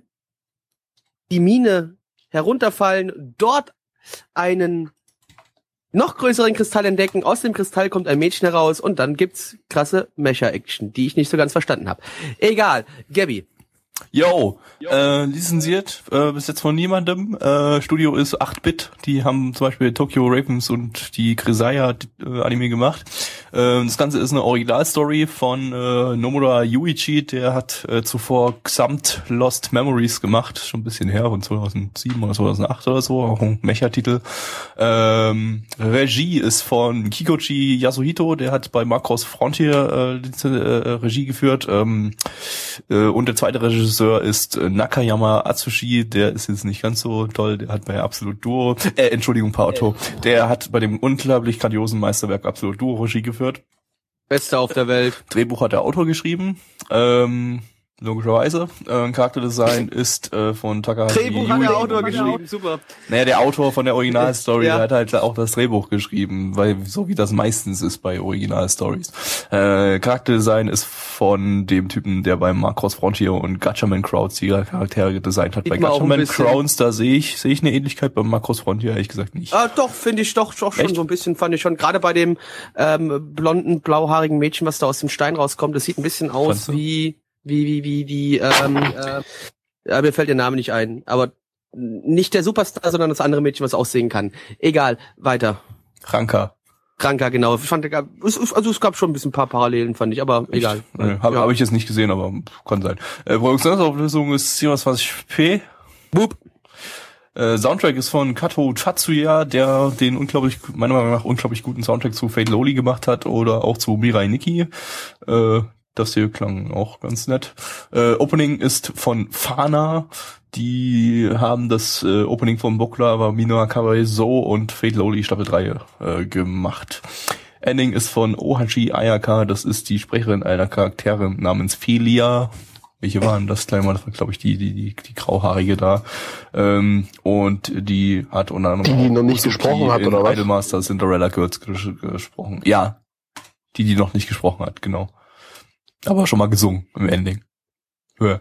die Mine herunterfallen, dort einen noch größeren Kristall entdecken, aus dem Kristall kommt ein Mädchen heraus und dann gibt's krasse Mecha-Action, die ich nicht so ganz verstanden habe. Egal, Gabby. Yo, äh, lizenziert, äh, bis jetzt von niemandem. Äh, Studio ist acht Bit, die haben zum Beispiel Tokyo Ravens und die Grisaya äh, Anime gemacht. Äh, das Ganze ist eine Originalstory von äh, Nomura Yuichi, der hat äh, zuvor Xamt Lost Memories gemacht, schon ein bisschen her, von zweitausendsieben oder zweitausendacht oder so, auch ein Mecha-Titel. Ähm, Regie ist von Kikoji Yasuhito, der hat bei Macross Frontier äh, die, äh, Regie geführt. Ähm, äh, und der zweite Regisseur ist äh, Nakayama Atsushi, der ist jetzt nicht ganz so toll, der hat bei Absolut Duo, äh, Entschuldigung, Paoto, der hat bei dem unglaublich grandiosen Meisterwerk Absolut Duo Regie geführt. Beste auf der Welt. Drehbuch hat der Autor geschrieben, ähm, logischerweise. Äh, Charakterdesign ist äh, von Takahashi Drehbuch hat Yui. der Autor geschrieben, super. Naja, der Autor von der Originalstory, Ja. der hat halt auch das Drehbuch geschrieben, weil so wie das meistens ist bei Originalstories. Äh, Charakterdesign ist von dem Typen, der bei Macross Frontier und Gatchaman Crowds die Charaktere designt hat. Sieht Bei man auch ein Gatchaman bisschen. Crowds, da sehe ich sehe ich eine Ähnlichkeit, bei Macross Frontier ehrlich gesagt nicht. Ah, doch, finde ich doch, doch schon Echt? so ein bisschen, fand ich schon. Gerade bei dem ähm, blonden, blauhaarigen Mädchen, was da aus dem Stein rauskommt, das sieht ein bisschen aus Fandst du? wie, wie, wie, wie die, ähm, äh, ja, mir fällt der Name nicht ein, aber nicht der Superstar, sondern das andere Mädchen, was aussehen kann. Egal, weiter. Ranka. Kranker, genau. Ich fand, es, es- also es gab schon ein bisschen ein paar Parallelen, fand ich, aber egal. Äh, Habe Ja. hab ich jetzt nicht gesehen, aber kann sein. Äh, Produktionsauflösung ist siebenundzwanzig p. Boop. Äh, Soundtrack ist von Kato Tatsuya, der den unglaublich, meiner Meinung nach unglaublich guten Soundtrack zu Fate Loli gemacht hat oder auch zu Mirai Nikki. Äh, das hier klang auch ganz nett. Äh, Opening ist von Fana. Die haben das äh, Opening von Bokulava Minoa Kawaii So und Fate Loli Staffel drei äh, gemacht. Ending ist von Ohashi Ayaka. Das ist die Sprecherin einer Charaktere namens Felia. Welche waren das? Gleich mal, das war, glaube ich, die, die, die, die grauhaarige da. Ähm, und die hat unter anderem Die, die auch noch nicht Uzuki gesprochen hat, in oder was? Idolmaster Cinderella Girls ges gesprochen. Ja. Die, die noch nicht gesprochen hat, genau. Aber schon mal gesungen im Ending. Ja.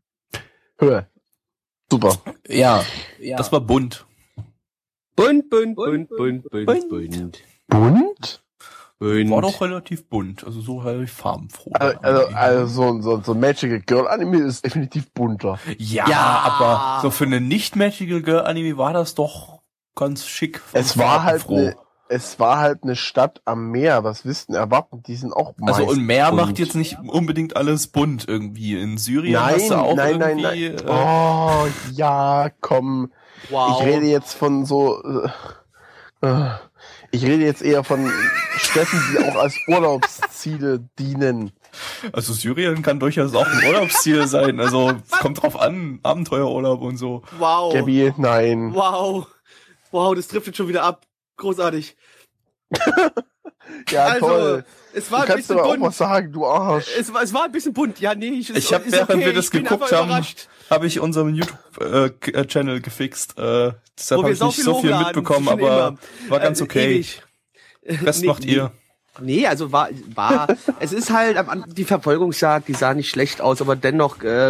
Höhe. Super. Ja, das war bunt. Bunt, bunt, bunt, bunt, bunt, bunt. Bunt? Und War doch relativ bunt, also so relativ farbenfroh. Also, also, also so, so, so ein Magical Girl Anime ist definitiv bunter. ja, Ja. aber so für eine nicht-Magical Girl Anime war das doch ganz schick. Es war halt farbenfroh. eine, es war halt eine Stadt am Meer. Was wisst ihr erwarten? Die sind auch meist Also und Meer bunt. macht jetzt nicht unbedingt alles bunt irgendwie. In Syrien Nein, hast du auch nein, nein, irgendwie... nein. Äh, Oh, ja, komm. wow. Ich rede jetzt von so, äh, äh, ich rede jetzt eher von Städten, die auch als Urlaubsziele dienen. Also Syrien kann durchaus auch ein Urlaubsziel sein. Also es kommt drauf an, Abenteuerurlaub und so. Wow. Gabby, nein. Wow. Wow, das trifft jetzt schon wieder ab. Großartig. Ja, Also, toll. es war Du ein kannst bisschen aber auch bunt. was sagen, du Arsch. Es war, es war ein bisschen bunt. Ja, nee, ich, Ich habe, ist während okay, wir das ich bin geguckt einfach haben, überrascht. habe ich unseren YouTube-Channel gefixt. Äh, deshalb Wo habe wir ich so nicht viel so viel hochladen, mitbekommen, schon aber immer. war ganz Äh, okay. ewig. Rest Nee, macht ihr. Nee, also war, war, es ist halt, am An- die Verfolgungsjagd, die sah nicht schlecht aus, aber dennoch, äh,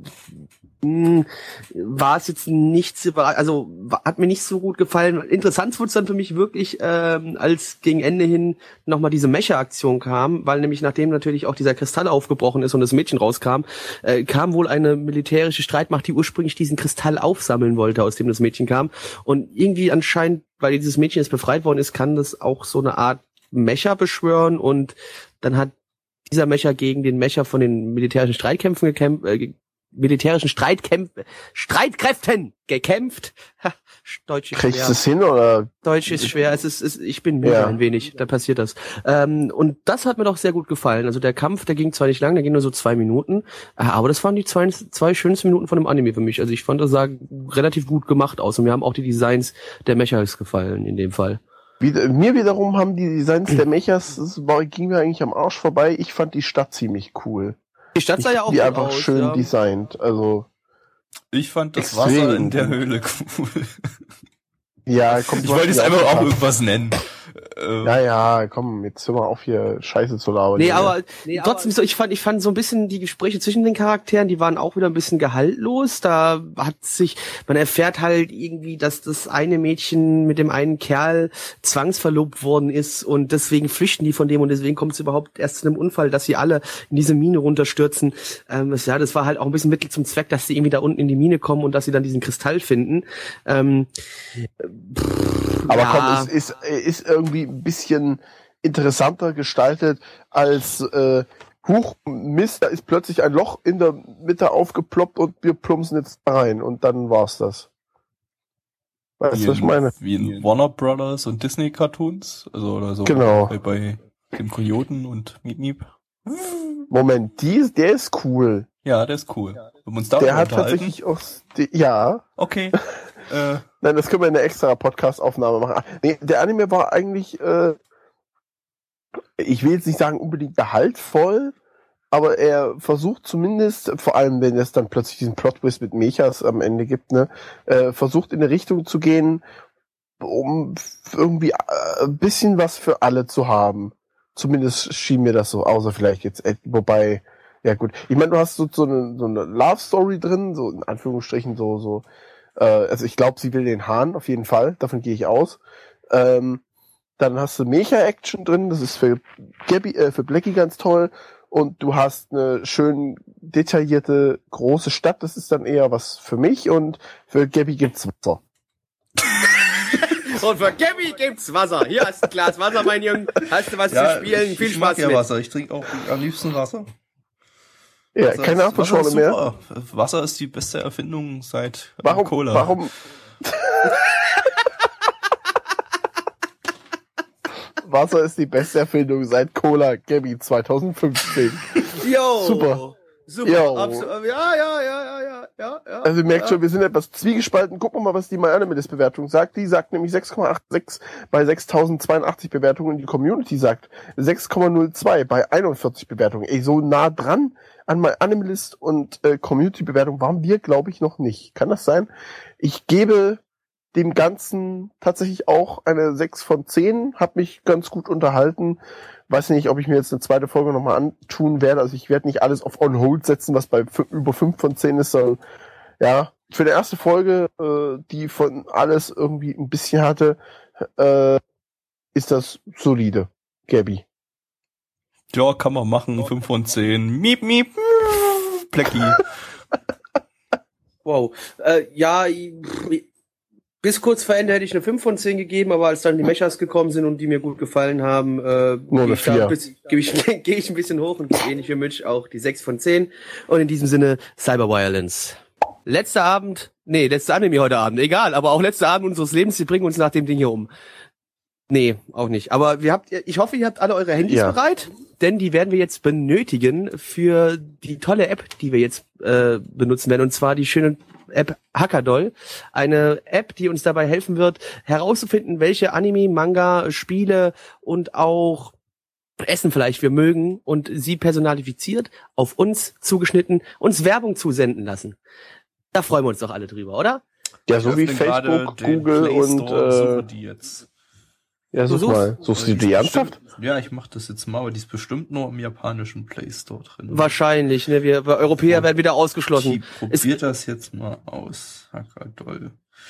mh, war es jetzt nichts, über- also wa- hat mir nicht so gut gefallen. Interessant wurde es dann für mich wirklich, ähm, als gegen Ende hin nochmal diese Mecha-Aktion kam, weil nämlich nachdem natürlich auch dieser Kristall aufgebrochen ist und das Mädchen rauskam, äh, kam wohl eine militärische Streitmacht, die ursprünglich diesen Kristall aufsammeln wollte, aus dem das Mädchen kam. Und irgendwie anscheinend, weil dieses Mädchen jetzt befreit worden ist, kann das auch so eine Art Mecha beschwören, und dann hat dieser Mecha gegen den Mecha von den militärischen Streitkämpfen gekämpft, äh, ge- militärischen Streitkämpf Streitkräften gekämpft. Ha, Deutsch ist Kriegst du schwer. es hin oder? Deutsch ist schwer. Es ist, es, ich bin müde Ja. ein wenig. Da passiert das. Ähm, und das hat mir doch sehr gut gefallen. Also der Kampf, der ging zwar nicht lang, der ging nur so zwei Minuten, äh, aber das waren die zwei, zwei schönsten Minuten von dem Anime für mich. Also ich fand, das sah relativ gut gemacht aus, und mir haben auch die Designs der Mechas gefallen in dem Fall. Wieder, mir wiederum haben die Designs der Mechas, es war, ging mir eigentlich am Arsch vorbei. Ich fand die Stadt ziemlich cool. Die Stadt sah Ich, ja auch die gut einfach aus, schön ja. designt. Also, Ich fand das Extrem. Wasser in der Höhle cool. ja, komm. Ich du hast wollte es mich einfach auch gefragt. irgendwas nennen. Äh, Ja, ja, komm, jetzt hör mal auf hier Scheiße zu labern. Nee, hier. aber trotzdem so, ich fand, ich fand so ein bisschen die Gespräche zwischen den Charakteren, die waren auch wieder ein bisschen gehaltlos. Da hat sich, man erfährt halt irgendwie, dass das eine Mädchen mit dem einen Kerl zwangsverlobt worden ist, und deswegen flüchten die von dem, und deswegen kommt es überhaupt erst zu einem Unfall, dass sie alle in diese Mine runterstürzen. Ähm, das, ja, das war halt auch ein bisschen Mittel zum Zweck, dass sie irgendwie da unten in die Mine kommen und dass sie dann diesen Kristall finden. Ähm, Aber ja. komm, es ist, ist irgendwie ein bisschen interessanter gestaltet als äh, Huch, Mist, da ist plötzlich ein Loch in der Mitte aufgeploppt und wir plumpsen jetzt da rein und dann war's das. Weißt wie du, was ich in- meine? Wie in Warner Brothers und Disney Cartoons. Also oder so. Genau. Bei, bei dem Kojoten und Miep Miep. Moment, die, der ist cool. Ja, der ist cool. Wollen wir uns darüber Der hat unterhalten? tatsächlich auch, die, ja, Okay. äh, nein, das können wir in einer extra Podcast-Aufnahme machen. Ah, Nee, der Anime war eigentlich, äh, ich will jetzt nicht sagen unbedingt gehaltvoll, aber er versucht zumindest, vor allem wenn es dann plötzlich diesen Plot-Twist mit Mechas am Ende gibt, ne, äh, versucht in eine Richtung zu gehen, um irgendwie äh, ein bisschen was für alle zu haben. Zumindest schien mir das so, außer vielleicht jetzt, äh, wobei, ja gut. Ich meine, du hast so, so eine, so eine Love-Story drin, so in Anführungsstrichen so, so, äh, also ich glaube, sie will den Hahn, auf jeden Fall, davon gehe ich aus. Ähm, dann hast du Mecha-Action drin, das ist für Gabby, äh, für Blackie ganz toll. Und du hast eine schön detaillierte, große Stadt, das ist dann eher was für mich, und für Gabby gibt's Wasser. Und für Gabby gibt's Wasser. Hier hast du ein Glas Wasser, mein Junge. Hast du was zu spielen? ich, Viel ich Spaß mag ja mit. Wasser. Ich trinke auch am liebsten Wasser. Ja, Wasser keine ist- Apfelschorle Wasser ist mehr. super. Wasser ist die beste Erfindung seit äh, Warum, Cola. warum, Wasser ist die beste Erfindung seit Cola, Gabby zweitausendfünfzehn. Jo. Super. Super. Jo. Absolut. Ja, ja, ja, ja, ja, ja, ja. Also ihr merkt ja. schon, wir sind etwas zwiegespalten. Gucken wir mal, was die MyAnimalist-Bewertung sagt. Die sagt nämlich sechs Komma sechsundachtzig bei sechstausendzweiundachtzig Bewertungen. Die Community sagt sechs Komma null zwei bei einundvierzig Bewertungen. Ey, so nah dran an MyAnimalist und äh, Community-Bewertung waren wir, glaube ich, noch nicht. Kann das sein? Ich gebe dem Ganzen tatsächlich auch eine sechs von zehn. Hab mich ganz gut unterhalten. Weiß nicht, ob ich mir jetzt eine zweite Folge nochmal antun werde. Also ich werde nicht alles auf On Hold setzen, was bei f- über fünf von zehn ist, sondern ja, für die erste Folge, äh, die von alles irgendwie ein bisschen hatte, äh, ist das solide. Gabi. Ja, kann man machen. fünf von zehn. Miep, miep. Plecki. Wow. Äh, ja, bis kurz vor Ende hätte ich eine fünf von zehn gegeben, aber als dann die Mechas gekommen sind und die mir gut gefallen haben, äh, Nur eine vier. Gehe ich, geh ich ein bisschen hoch und ähnlich wie Mitch auch die sechs von zehn. Und in diesem Sinne Cyber Violence. Letzter Abend, nee, letzter Anime heute Abend, egal, aber auch letzter Abend unseres Lebens, wir bringen uns nach dem Ding hier um. Nee, auch nicht. Aber wir habt, ich hoffe, ihr habt alle eure Handys ja. bereit, denn die werden wir jetzt benötigen für die tolle App, die wir jetzt äh, benutzen werden, und zwar die schöne App Hackadoll. Eine App, die uns dabei helfen wird, herauszufinden, welche Anime, Manga, Spiele und auch Essen vielleicht wir mögen und sie personalifiziert, auf uns zugeschnitten, uns Werbung zusenden lassen. Da freuen wir uns doch alle drüber, oder? Ja, so wie Facebook, Google und äh, die jetzt. Ja, such du mal. Suchst du die ernsthaft? Ja, ich mach das jetzt mal, aber die ist bestimmt nur im japanischen Play Store drin. Wahrscheinlich, ne? Wir, wir Europäer und werden wieder ausgeschlossen. Ich probier das jetzt mal aus. Hackadoll.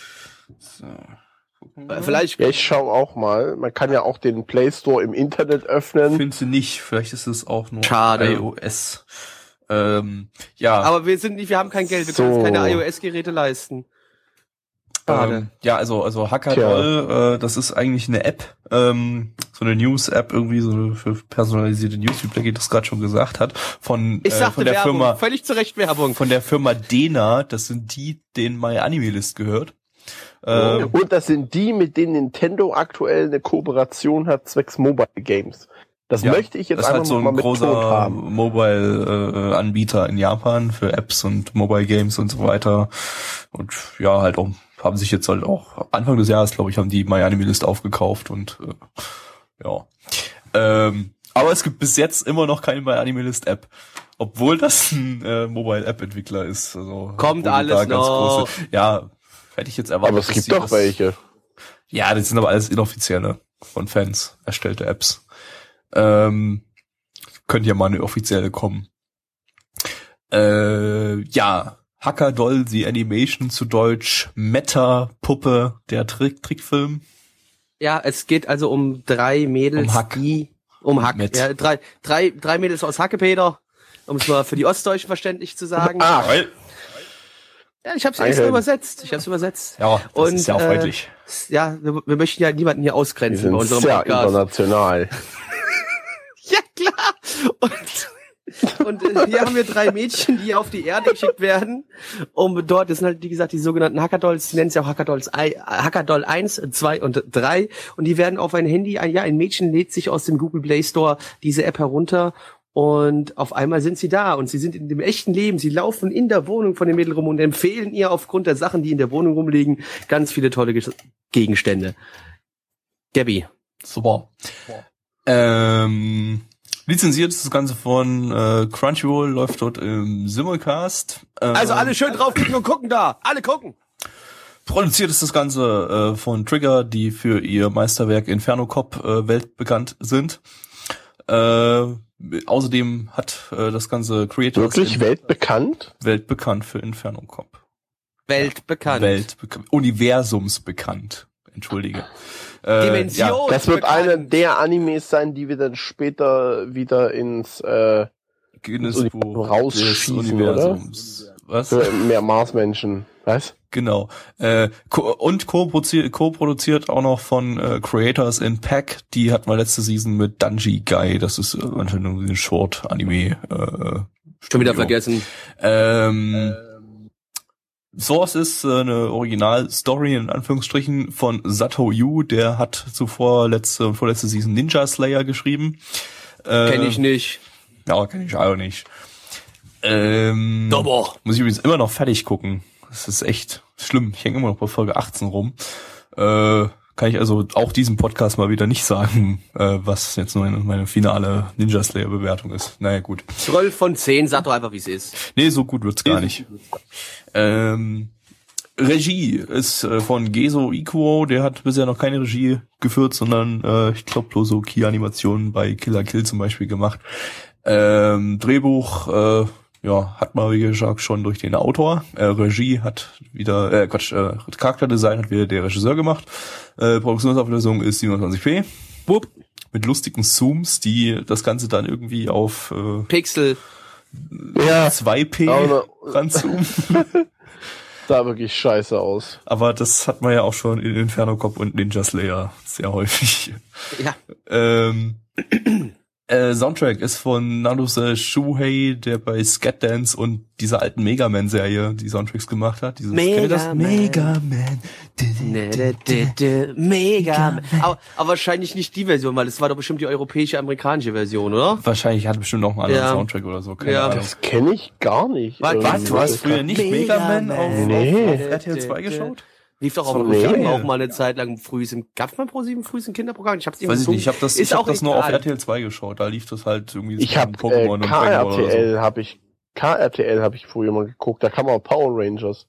So. Vielleicht. Ja, ich schau auch mal. Man kann ja auch den Play Store im Internet öffnen. Findest du nicht. Vielleicht ist es auch nur Schade. iOS. Ähm, ja. Aber wir sind nicht, wir haben kein Geld, wir So. können uns keine iOS-Geräte leisten. Schade. Ähm, ja, also also Hackadoll, äh, das ist eigentlich eine App, ähm, so eine News-App irgendwie, so eine für personalisierte News, wie Blackie das gerade schon gesagt hat, von, Ich äh, sagte von der Werbung, Firma, völlig zu Recht Werbung. von der Firma Dena, das sind die, denen MyAnimeList gehört. Ähm, Und das sind die, mit denen Nintendo aktuell eine Kooperation hat zwecks Mobile Games. Das ja, möchte ich jetzt das ist einfach halt so mal ein betont großer haben. Mobile-Anbieter in Japan für Apps und Mobile Games und so weiter. Und ja, halt auch, haben sich jetzt halt auch Anfang des Jahres, glaube ich, haben die MyAnimeList aufgekauft und äh, ja. Ähm, aber es gibt bis jetzt immer noch keine MyAnimeList-App. Obwohl das ein äh, Mobile-App-Entwickler ist. Also, Kommt obwohl die alles da ganz noch. große, ja, hätte ich jetzt erwartet. Aber es dass gibt die doch das, welche. Ja, das sind aber alles inoffizielle, von Fans erstellte Apps. Ähm, könnte ja mal eine offizielle kommen. Äh, ja, Hackadoll, die Animation zu Deutsch, Meta-Puppe, der Trick Trickfilm. Ja, es geht also um drei Mädels, Um Hack. die um Hack. Met. Ja, drei, drei, drei Mädels aus Hackepeter, um es mal für die Ostdeutschen verständlich zu sagen. Ach, Ja, ich habe es extra Einhören. übersetzt. Ich habe es übersetzt. Ja, das Und, ist ja auch äh, freundlich. Ja, wir, wir möchten ja niemanden hier die ausgrenzen bei sind unserem sehr Podcast. international. Ja, klar. Und, und äh, hier haben wir drei Mädchen, die auf die Erde geschickt werden. Um dort, das sind halt, wie gesagt, die sogenannten Hackadolls, die nennen es ja auch Hackadolls, I- Hackadoll eins, zwei und drei. Und die werden auf ein Handy, ein, ja, ein Mädchen lädt sich aus dem Google Play Store diese App herunter. Und auf einmal sind sie da und sie sind in dem echten Leben. Sie laufen in der Wohnung von dem Mädel rum und empfehlen ihr aufgrund der Sachen, die in der Wohnung rumliegen, ganz viele tolle Ge- Gegenstände. Gabby. Super. Ähm, lizenziert ist das Ganze von äh, Crunchyroll, läuft dort im Simulcast. Ähm, Also alle schön draufklicken und gucken da. Alle gucken. Produziert ist das Ganze äh, von Trigger, die für ihr Meisterwerk Inferno Cop äh, weltbekannt sind. Äh, außerdem hat äh, das ganze Creators Wirklich in- weltbekannt? weltbekannt für Inferno Cop. Weltbekannt. Weltbekannt. Universumsbekannt. Entschuldige. Äh, Dimension. ja, Das wird bekannt. einer der Animes sein, die wir dann später wieder ins äh, Guinness Das Buch des rausschießen, Universums. Was? für mehr Marsmenschen. Was? Genau. Äh, ko und co-produziert, co-produziert auch noch von äh, Creators in Pack. Die hatten wir letzte Season mit Dungy Guy. Das ist äh, anscheinend irgendwie ein Short-Anime. Äh, Schon wieder Studio. vergessen. Ähm, Source ist äh, eine Original-Story in Anführungsstrichen von Sato Yu. Der hat zuvor letzte und vorletzte Season Ninja Slayer geschrieben. Äh, Kenn ich nicht. Ja, kenn ich auch nicht. Ähm, Dober. muss ich übrigens immer noch fertig gucken. Das ist echt schlimm. Ich hänge immer noch bei Folge achtzehn rum. Äh, kann ich also auch diesem Podcast mal wieder nicht sagen, äh, was jetzt meine, meine finale Ninja Slayer Bewertung ist. Naja, gut. zwölf von zehn, sag doch einfach, wie es ist. Nee, so gut wird's gar nicht. Ähm, Regie ist äh, von Gezo Ikuo. Der hat bisher noch keine Regie geführt, sondern äh, ich glaube bloß so Key-Animationen bei Killer Kill zum Beispiel gemacht. Ähm, Drehbuch, äh, ja, hat mal wie gesagt schon durch den Autor. Äh, Regie hat wieder, äh, Quatsch, äh, Charakterdesign hat wieder der Regisseur gemacht. Äh, Produktionsauflösung ist siebenundzwanzig p. Wupp. mit lustigen Zooms, die das Ganze dann irgendwie auf äh, Pixel Ja. zwei P Aber- ranzoomen. Sah wirklich scheiße aus. Aber das hat man ja auch schon in Inferno Cop und Ninja Slayer sehr häufig. Ja. Ähm, äh, Soundtrack ist von Naruse Shuhei, der bei Scatdance und dieser alten Mega Man-Serie die Soundtracks gemacht hat. Dieses, Mega kennt ihr das? Man. Mega Man. Ne, de, de, de, Mega. Aber, aber wahrscheinlich nicht die Version, weil es war doch bestimmt die europäische, amerikanische Version, oder? Wahrscheinlich hat bestimmt noch einen anderen Ja. Soundtrack oder so. Keine Ja. Ahnung. Das kenne ich gar nicht. Was, irgendwie. Was? Du hast früher nicht Mega, Mega Man, Man. auf, Nee. auf, auf R T L zwei geschaut? Lief doch So, auf nee. ProSieben auch mal eine Zeit lang früh. Gab's mal ProSieben früh ein Kinderprogramm? Ich hab's nicht Weiß ich mehr nicht, ich habe das, Ist ich hab auch das nur auf egal. R T L zwei geschaut. Da lief das halt irgendwie Ich habe Pokémon äh, und Dragon Ball oder K R T L habe ich K R T L habe ich früher mal geguckt. Da kam auch Power Rangers.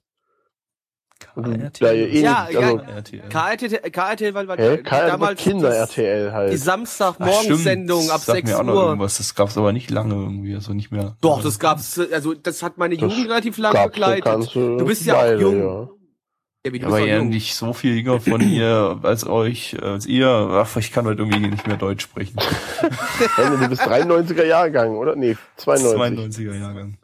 so. Da R T L? eh Ja, nicht, also, ja. R T L. K R T L, K R T L, weil, weil hä? K R T L damals Kinder das- R T L die halt. Ach, Samstagmorgensendung ab Sag sechs mir auch noch Uhr. irgendwas. Das gab's aber nicht lange irgendwie, also nicht mehr. Doch, das gab's, also das hat meine Das Jugend relativ lange Gab's eine begleitet. ganze Du bist ja auch Weile, jung. ja. Ja, wie, du Aber bist ja auch jung. nicht so viel jünger von ihr als euch, als ihr. Ach, ich kann heute irgendwie nicht mehr Deutsch sprechen. Henry, du bist dreiundneunziger Jahrgang, oder? Nee, zweiundneunzig. zweiundneunziger Jahrgang.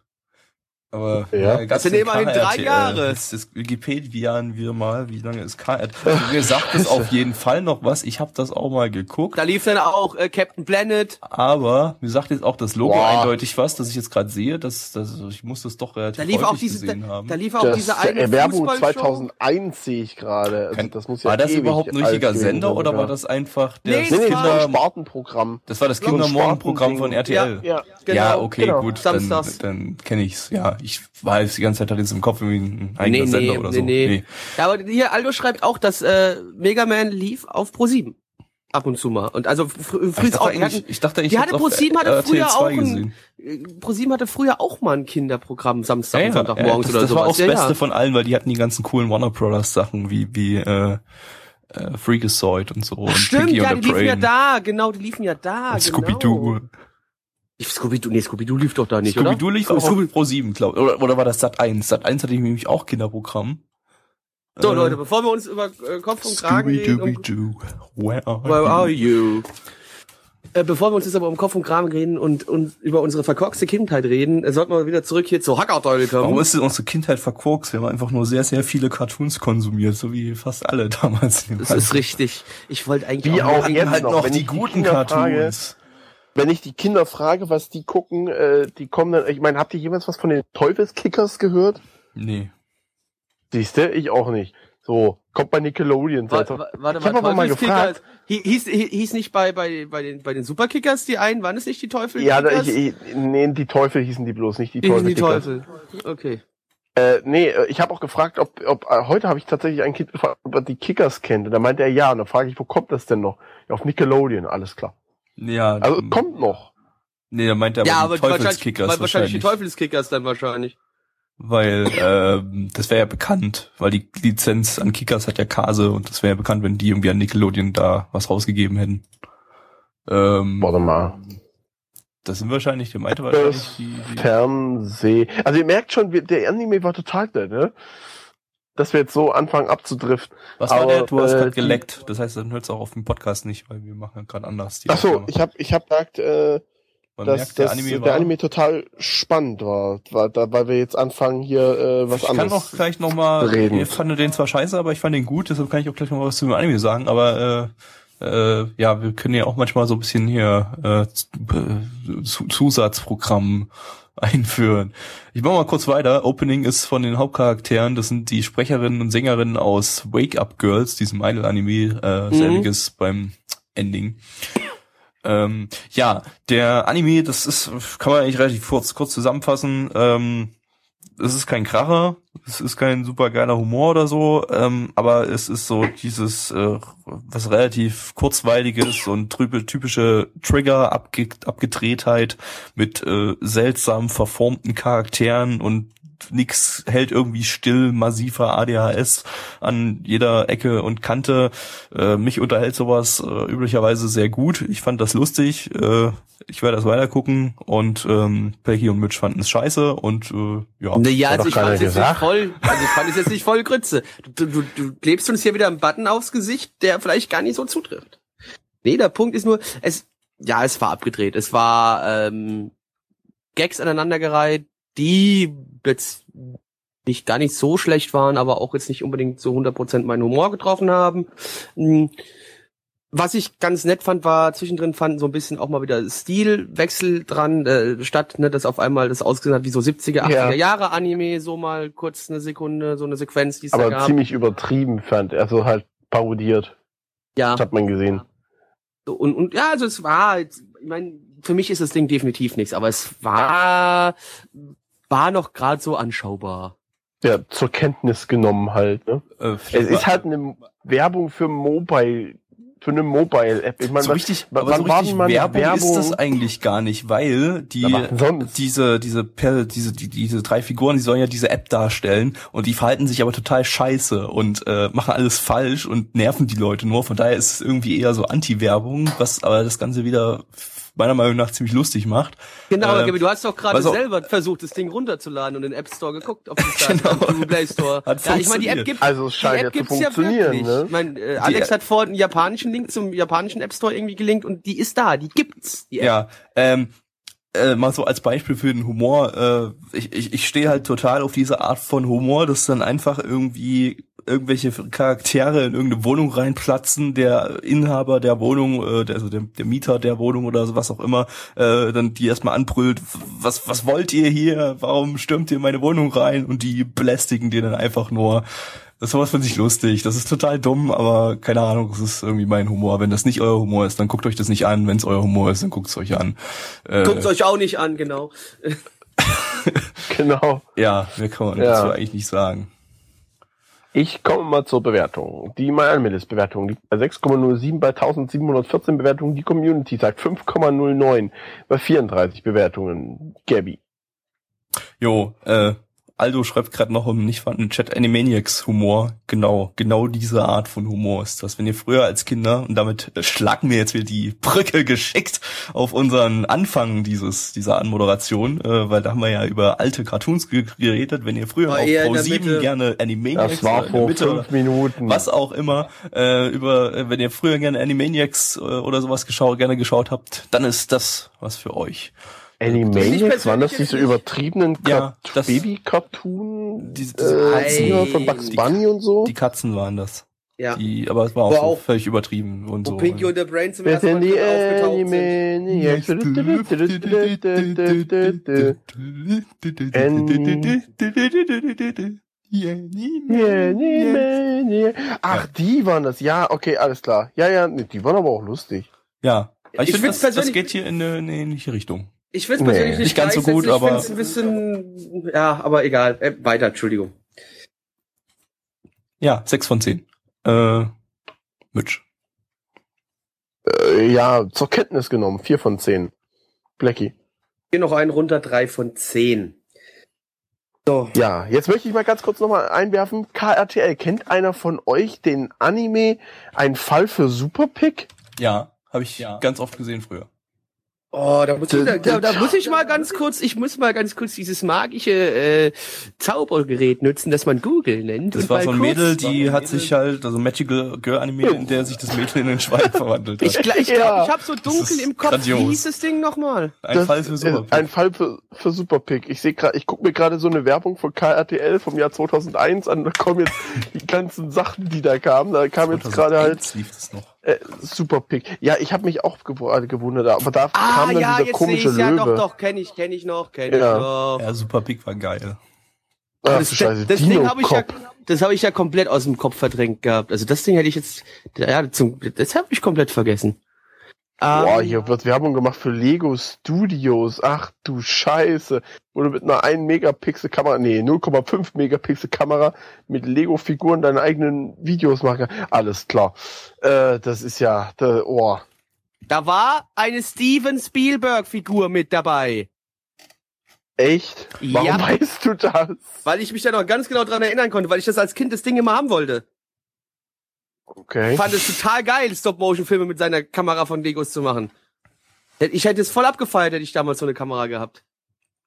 Aber Ja. gab's Das sind denn immerhin K R T L? drei Jahre. Jetzt das Wikipediaen wir mal, wie lange ist K R T L? Also, mir sagt es auf jeden Fall noch was. Ich habe das auch mal geguckt. Da lief dann auch äh, Captain Planet. Aber mir sagt jetzt auch das Logo Boah. eindeutig was, dass ich jetzt gerade sehe. Dass, dass, ich muss das doch relativ Da lief häufig auch diese, gesehen da, haben. da lief auch Das diese eine Werbung Fußballshow. zweitausendeins sehe ich gerade. Also Kein- das muss ja war das ewig überhaupt ein alt richtiger gewesen Sender sein, oder ja. war das einfach der Nee, Nee, nee, das war ein Kinder... Spartenprogramm. Das war das So ein Kindermorgenprogramm von R T L. Ja, ja. Genau, ja, okay, genau. gut, Samstags. dann, dann kenne ich's. Ja, ich war jetzt die ganze Zeit hatte jetzt im Kopf irgendwie ein eigener Nee, Sender nee, oder nee, so. nee. Ja, aber hier, Aldo schreibt auch, dass äh, Mega Man lief auf ProSieben. Ab und zu mal. Und also fr Ich früher dachte, auch, die eigentlich, hatten, ich dachte, ich die hab's hatte auf ProSieben hatte R T L früher zwei auch ein, gesehen. äh, ProSieben hatte früher auch mal ein Kinderprogramm Samstag Ja, und ja, Sonntagmorgens das, oder das sowas. war auch das ja, Beste ja. von allen, weil die hatten die ganzen coolen Warner Brothers Sachen wie wie äh, äh, Freakazoid und so und Stimmt, Pinky ja, und die the liefen ja Brain da, genau, die liefen ja da, und genau. Scooby-Doo. Ich- Scooby-Doo, nee, Scooby-Doo lief doch da nicht, oder? Scooby-Doo lief auch auf Pro sieben, glaube ich. Oder, oder war das Sat eins? Sat eins hatte ich nämlich auch Kinderprogramm. So, Äh, Leute, bevor wir uns über äh, Kopf und Kragen reden, um, Scooby-Doo, where are where are you? you? Äh, bevor wir uns jetzt aber um Kopf und Kragen reden und, und über unsere verkorkste Kindheit reden, äh, sollten wir wieder zurück hier zu Hackerteufel kommen. Warum ist denn unsere Kindheit verkorkst? Wir haben einfach nur sehr, sehr viele Cartoons konsumiert, so wie fast alle damals. in dem Das ist richtig. Ich wollte eigentlich Wie auch, auch Wir hatten jetzt halt noch, noch wenn die ich die guten Kinder frage, Cartoons. Wenn ich die Kinder frage, was die gucken, äh, die kommen dann, ich meine, habt ihr jemals was von den Teufelskickers gehört? Nee. Siehste, ich auch nicht. So, kommt bei Nickelodeon. Warte, warte Ich hab mal, aber mal Teufelskicker, gefragt. hi- hieß, hi- hieß nicht bei, bei, bei den, bei den Superkickers die einen, waren es nicht die Teufel? Ja, da, ich, ich, nee, die Teufel hießen die bloß, nicht die die, die Teufelskickers. Teufel. Okay. Äh, nee, äh, ich habe auch gefragt, ob, ob äh, heute habe ich tatsächlich ein Kind gefragt, ob er die Kickers kennt. Und da meinte er ja. Und dann frage ich, wo kommt das denn noch? Ja, auf Nickelodeon, alles klar. Ja, Also ähm, kommt noch. nee, da meint er Ja, aber aber die wahrscheinlich, Teufelskickers weil wahrscheinlich die wahrscheinlich. Teufelskickers dann wahrscheinlich. Weil ähm, das wäre ja bekannt, weil die Lizenz an Kickers hat ja Kase und das wäre ja bekannt, wenn die irgendwie an Nickelodeon da was rausgegeben hätten. Ähm, Warte mal. das sind wahrscheinlich, der meinte wahrscheinlich Das die, die Fernseh. Also ihr merkt schon, wir- der Anime war total nett, ne? Dass wir jetzt so anfangen abzudriften. Was war aber, der? Du hast äh, gerade die- geleckt. Das heißt, dann hört's auch auf dem Podcast nicht, weil wir machen ja gerade anders. die Ach so, Aufnahme. ich habe ich hab gesagt, äh, Man dass, merkt, der dass Anime der war. Anime total spannend war, war da, weil wir jetzt anfangen hier äh, was ich kann anderes. noch gleich noch mal reden. Ich fand den zwar scheiße, aber ich fand den gut, deshalb kann ich auch gleich noch mal was zu dem Anime sagen, aber äh, äh, ja, wir können ja auch manchmal so ein bisschen hier äh, Z- Zusatzprogramm einführen. Ich mache mal kurz weiter. Opening ist von den Hauptcharakteren, das sind die Sprecherinnen und Sängerinnen aus Wake Up Girls, diesem Idol-Anime, äh, selbiges beim Ending. Ähm, ja, der Anime, das ist, kann man eigentlich relativ kurz, kurz zusammenfassen. Ähm, es ist kein Kracher, es ist kein super geiler Humor oder so, ähm, aber es ist so dieses, äh, was relativ kurzweiliges und trübe, typische Trigger, abge Abgedrehtheit mit äh, seltsam verformten Charakteren und nix hält irgendwie still, massiver A D H S an jeder Ecke und Kante. Äh, mich unterhält sowas äh, üblicherweise sehr gut. Ich fand das lustig. Äh, ich werde das weitergucken und ähm, Becky und Mitch fanden es scheiße und äh, ja. Naja, Hat also doch ich keiner fand es jetzt nicht gesagt. voll, also ich fand es jetzt nicht voll Grütze. Du, du, du klebst uns hier wieder einen Button aufs Gesicht, der vielleicht gar nicht so zutrifft. Nee, der Punkt ist nur, es, ja, es war abgedreht. Es war ähm, Gags aneinandergereiht, die jetzt nicht gar nicht so schlecht waren, aber auch jetzt nicht unbedingt so hundert Prozent meinen Humor getroffen haben. Was ich ganz nett fand, war zwischendrin fanden so ein bisschen auch mal wieder Stilwechsel dran, äh, statt, ne, dass auf einmal das ausgesehen hat wie so siebziger, achtziger ja. Jahre Anime, so mal kurz eine Sekunde, so eine Sequenz, die es da gab. Aber ziemlich übertrieben fand, also halt parodiert. Ja. Das hat man gesehen. Und, und ja, also es war, ich meine, für mich ist das Ding definitiv nichts, aber es war, war noch gerade so anschaubar. Ja, zur Kenntnis genommen halt, ne? Äh, es ist halt eine Werbung für Mobile, für eine Mobile-App. Ich meine, so richtig, aber so richtig Werbung, Werbung ist das eigentlich gar nicht, weil die, diese, diese, diese, diese, die, diese drei Figuren, die sollen ja diese App darstellen und die verhalten sich aber total scheiße und äh, machen alles falsch und nerven die Leute nur. Von daher ist es irgendwie eher so Anti-Werbung, was aber das Ganze wieder meiner Meinung nach ziemlich lustig macht. Genau, äh, Gabi, du hast doch gerade selber versucht, das Ding runterzuladen und in den App Store geguckt, auf die Seite, genau. im Play Store. Hat ja, ich meine, die App gibt, also es scheint die App ja gibt's zu funktionieren, ja ne? Ich meine, äh, Alex die, hat vorhin einen japanischen Link zum japanischen App Store irgendwie gelinkt und die ist da, die gibt's, die App. Ja, ähm, äh, mal so als Beispiel für den Humor, äh, ich, ich, ich stehe halt total auf diese Art von Humor, dass dann einfach irgendwie irgendwelche Charaktere in irgendeine Wohnung reinplatzen, der Inhaber der Wohnung, äh, der, also der, der Mieter der Wohnung oder so, was auch immer, äh, dann die erstmal anbrüllt, was was wollt ihr hier, warum stürmt ihr in meine Wohnung rein, und die belästigen die dann einfach nur. Das ist sowas, finde ich lustig, das ist total dumm, aber keine Ahnung, das ist irgendwie mein Humor. Wenn das nicht euer Humor ist, dann guckt euch das nicht an, wenn es euer Humor ist, dann guckt es euch an. Äh, guckt es euch auch nicht an, genau. Genau. Ja, mehr kann man ja. dazu eigentlich nicht sagen. Ich komme mal zur Bewertung. Die MyAnimalist-Bewertung liegt bei sechs Komma null sieben bei eintausendsiebenhundertvierzehn Bewertungen. Die Community sagt fünf Komma null neun bei vierunddreißig Bewertungen. Gabi. Jo, äh, Aldo schreibt gerade noch im nicht vorhandenen Chat Animaniacs Humor. Genau, genau diese Art von Humor ist das. Wenn ihr früher als Kinder, und damit schlagen wir jetzt wieder die Brücke geschickt auf unseren Anfang dieses dieser Anmoderation, äh, weil da haben wir ja über alte Cartoons geredet. Wenn ihr früher war auf Pro sieben gerne Animaniacs, das war vor Mitte, fünf Minuten, was auch immer, äh, über, wenn ihr früher gerne Animaniacs äh, oder sowas geschaut, gerne geschaut habt, dann ist das was für euch. Animaniacs, waren das diese übertriebenen ja, Baby-Cartoon diese, diese äh, von Bugs Bunny und so? Die Katzen waren das. Ja. Die, aber es war auch, so auch völlig übertrieben und so. Pinky und der Brain zum ersten Mal drin aufgetaucht sind. Ach, die waren das. Ja, okay, alles klar. Ja, ja, die waren aber auch lustig. Ja, aber ich, ich finde, das, persönlich, das geht hier in eine, in eine ähnliche Richtung. Ich finde es persönlich nee, nicht, nicht ganz so gut, ich aber ich finde es ein bisschen, ja, aber egal. Äh, weiter, Entschuldigung. Ja, sechs von zehn. Äh, Mitch. Äh, ja, zur Kenntnis genommen, vier von zehn. Blackie. Hier noch einen runter, drei von zehn. So. Ja, jetzt möchte ich mal ganz kurz nochmal einwerfen. K R T L, kennt einer von euch den Anime Ein Fall für Superpick? Ja, habe ich ja. ganz oft gesehen früher. Oh, da muss, ich, da, da, da muss ich mal ganz kurz, ich muss mal ganz kurz dieses magische äh, Zaubergerät nutzen, das man Google nennt. Das war so ein Mädel, die hat sich halt, also Magical Girl Anime, in der sich das Mädel in den Schwein verwandelt hat. Ich glaube, ich, glaub, ich habe so dunkel im Kopf, grandios. Wie hieß das Ding nochmal? Ein das Fall für Superpick. Ein Fall für, für Superpick. Ich sehe gerade, ich gucke mir gerade so eine Werbung von K R T L vom Jahr zweitausendeins an, da kommen jetzt die ganzen Sachen, die da kamen. Da kam jetzt gerade halt lief das noch. Äh, Superpick. Ja, ich habe mich auch gew- gewundert, aber da ah, kam dann ja, dieser jetzt komische Löwe. Ja, doch, doch, kenne ich, kenne ich noch, kenne ja. ich noch. Ja, Superpick war geil. Ach, das, Scheiße, das Ding habe ich ja, das habe ich ja komplett aus dem Kopf verdrängt gehabt. Also das Ding hätte ich jetzt, ja, zum, das habe ich komplett vergessen. Boah, um, hier wird Werbung gemacht für Lego Studios. Ach du Scheiße. Wo du mit einer ein Megapixel Kamera, nee, null Komma fünf Megapixel Kamera mit Lego Figuren deine eigenen Videos machen kannst. Alles klar. Äh, das ist ja, da, oh. Da war eine Steven Spielberg Figur mit dabei. Echt? Warum ja, weißt du das? Weil ich mich da noch ganz genau dran erinnern konnte, weil ich das als Kind das Ding immer haben wollte. Okay. Ich fand es total geil, Stop-Motion-Filme mit seiner Kamera von Legos zu machen. Ich hätte es voll abgefeiert, hätte ich damals so eine Kamera gehabt.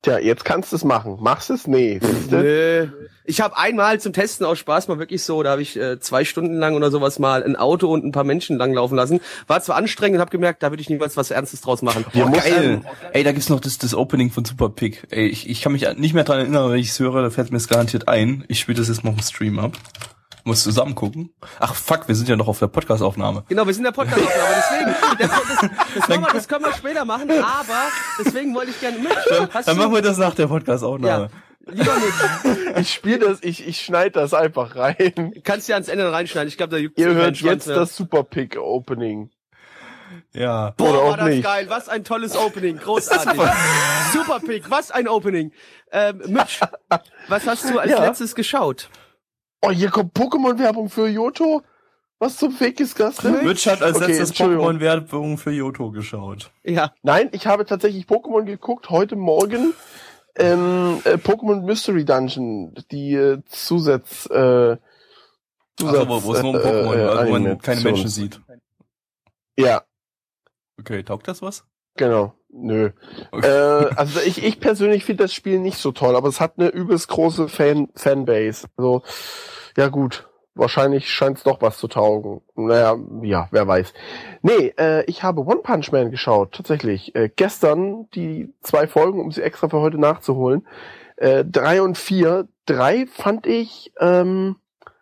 Tja, jetzt kannst du es machen. Machst du es? Nee. Nö. Ich habe einmal zum Testen aus Spaß mal wirklich so, da habe ich äh, zwei Stunden lang oder sowas mal ein Auto und ein paar Menschen langlaufen lassen. War zwar anstrengend und habe gemerkt, da würde ich niemals was Ernstes draus machen. Ja, geil. Ey, da gibt's noch das, das Opening von Super Pig. Ey, ich, ich kann mich nicht mehr dran erinnern, wenn ich es höre, da fällt mir es garantiert ein. Ich spiele das jetzt mal im Stream ab. Muss zusammen gucken. Ach fuck, wir sind ja noch auf der Podcast-Aufnahme. Genau, wir sind in der Podcast-Aufnahme, deswegen, das, das, das, können wir, das können wir später machen, aber deswegen wollte ich gerne mit. Dann, dann machen wir das nach der Podcast-Aufnahme. Ja, lieber mit. Ich spiele das, ich, ich schneide das einfach rein. Kannst du ja ans Ende reinschneiden, ich glaube, da juckt Ihr hört jetzt mehr. Das Super Pig Opening. Ja. Boah, Oder auch war das nicht. geil, was ein tolles Opening, großartig. Super Pig, was ein Opening. Ähm, Mitch, was hast du als Ja. letztes geschaut? Oh, hier kommt Pokémon-Werbung für Johto. Was zum Fick ist das denn? Mitch hat als Okay, letztes Entschuldigung. Pokémon-Werbung für Johto geschaut. Ja. Nein, ich habe tatsächlich Pokémon geguckt, heute Morgen. Ähm, äh, Pokémon Mystery Dungeon, die äh, Zusatz, äh, Zusatz, Ach, wo, wo es nur um äh, Pokémon, äh, also wo man Animation. keine Menschen sieht. Ja, Okay, taugt das was? genau. Nö. Okay. Äh, also ich, ich persönlich finde das Spiel nicht so toll, aber es hat eine übelst große Fan Fanbase. Also, ja gut. Wahrscheinlich scheint es doch was zu taugen. Naja, ja, wer weiß. Nee, äh, ich habe One Punch Man geschaut, tatsächlich. Äh, gestern die zwei Folgen, um sie extra für heute nachzuholen. Äh, drei und vier. Drei fand ich, ähm,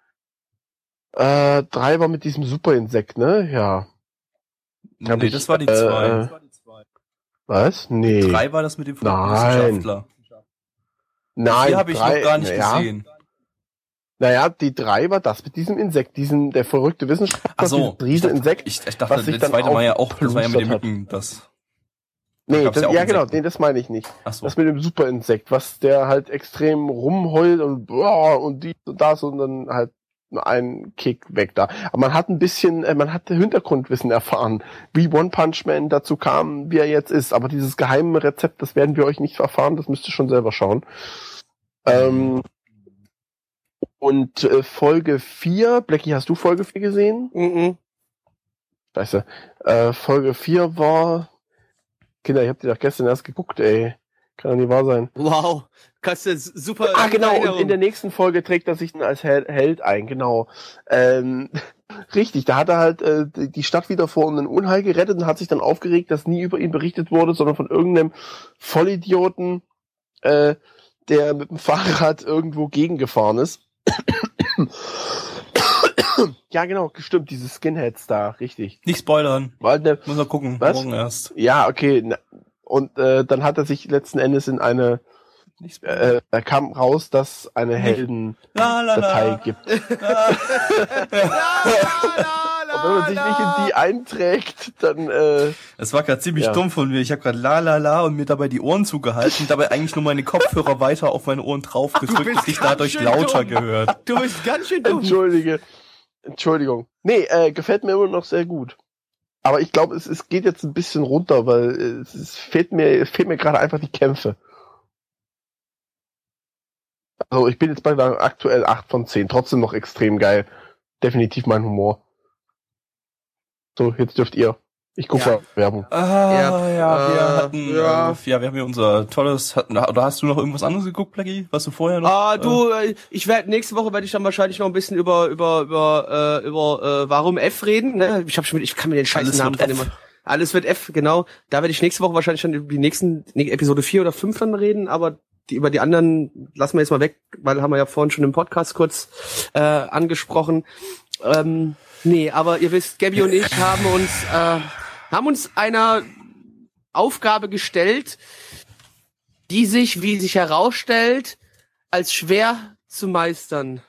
äh, drei war mit diesem Superinsekt, ne? Ja. Hab Nee, ich, das war die äh, zwei. äh, Was? Nee. Drei war das mit dem Nein. Wissenschaftler. Nein, Die habe ich drei, noch gar nicht naja, gesehen. Naja, die drei war das mit diesem Insekt, diesen, der verrückte Wissenschaftler, Ach so, dieses Rieseninsekt. Ich, ich dachte, was sich das dann zweite war ja auch, das war ja mit den aufgeplustert hat. Mücken, das. Nee, gab's das, ja auch ja genau, Insekten. nee, das meine ich nicht. Ach so. Das mit dem Superinsekt, was der halt extrem rumheult und boah, und dies und das und dann halt ein Kick weg da. Aber man hat ein bisschen, äh, man hat Hintergrundwissen erfahren, wie One Punch Man dazu kam, wie er jetzt ist. Aber dieses geheime Rezept, das werden wir euch nicht erfahren, das müsst ihr schon selber schauen. Ähm, und äh, Folge vier, Blackie, hast du Folge vier gesehen? Mhm. Scheiße. Äh, Folge vier war, Kinder, ich hab die doch gestern erst geguckt, ey. Kann doch nicht wahr sein. Wow. Kannst du super. Ah, genau, und Erinnerung. in der nächsten Folge trägt er sich dann als Hel- Held ein, genau. Ähm, richtig, da hat er halt äh, die Stadt wieder vor einem Unheil gerettet und hat sich dann aufgeregt, dass nie über ihn berichtet wurde, sondern von irgendeinem Vollidioten, äh, der mit dem Fahrrad irgendwo gegengefahren ist. Ja, genau, stimmt, diese Skinheads da, richtig. Nicht spoilern. Weil der, Muss mal gucken. Was? Morgen erst. ja, okay, na, und äh, dann hat er sich letzten Endes in eine Nicht spoilern. äh, da kam raus, dass eine Helden-Datei La, la, la. gibt. La. Und wenn man sich nicht in die einträgt, dann äh, Es war gerade ziemlich Ja. dumm von mir. Ich habe gerade la la la und mir dabei die Ohren zugehalten, dabei eigentlich nur meine Kopfhörer weiter auf meine Ohren drauf gedrückt bist und ich ganz dadurch schön lauter dumm. gehört. Du bist ganz schön dumm. entschuldige. Entschuldigung. Nee, äh, gefällt mir immer noch sehr gut. Aber ich glaube, es, es geht jetzt ein bisschen runter, weil äh, es, es fehlt mir, es fehlt mir gerade einfach die Kämpfe. Also ich bin jetzt bei der aktuell acht von zehn, trotzdem noch extrem geil. Definitiv mein Humor. So, jetzt dürft ihr. Ich gucke Ja. mal Werbung. Ah, Ja, ja, wir äh, hatten, ja. Äh, ja, wir haben hier unser tolles, hatten, oder hast du noch irgendwas anderes geguckt, Blackie? Was du vorher noch? Ah, du, äh, ich werde nächste Woche werde ich dann wahrscheinlich noch ein bisschen über über über äh, über äh, Warum F reden. Ne? Ich habe schon, ich kann mir den scheiß Alles Namen wird von F. immer. Alles wird F, genau. Da werde ich nächste Woche wahrscheinlich schon über die nächsten nee, Episode vier oder fünf dann reden, aber die über die anderen lassen wir jetzt mal weg, weil haben wir ja vorhin schon im Podcast kurz äh, angesprochen. Ähm, nee, aber ihr wisst, Gabby und ich haben uns äh, haben uns einer Aufgabe gestellt, die sich, wie sich herausstellt, als schwer zu meistern.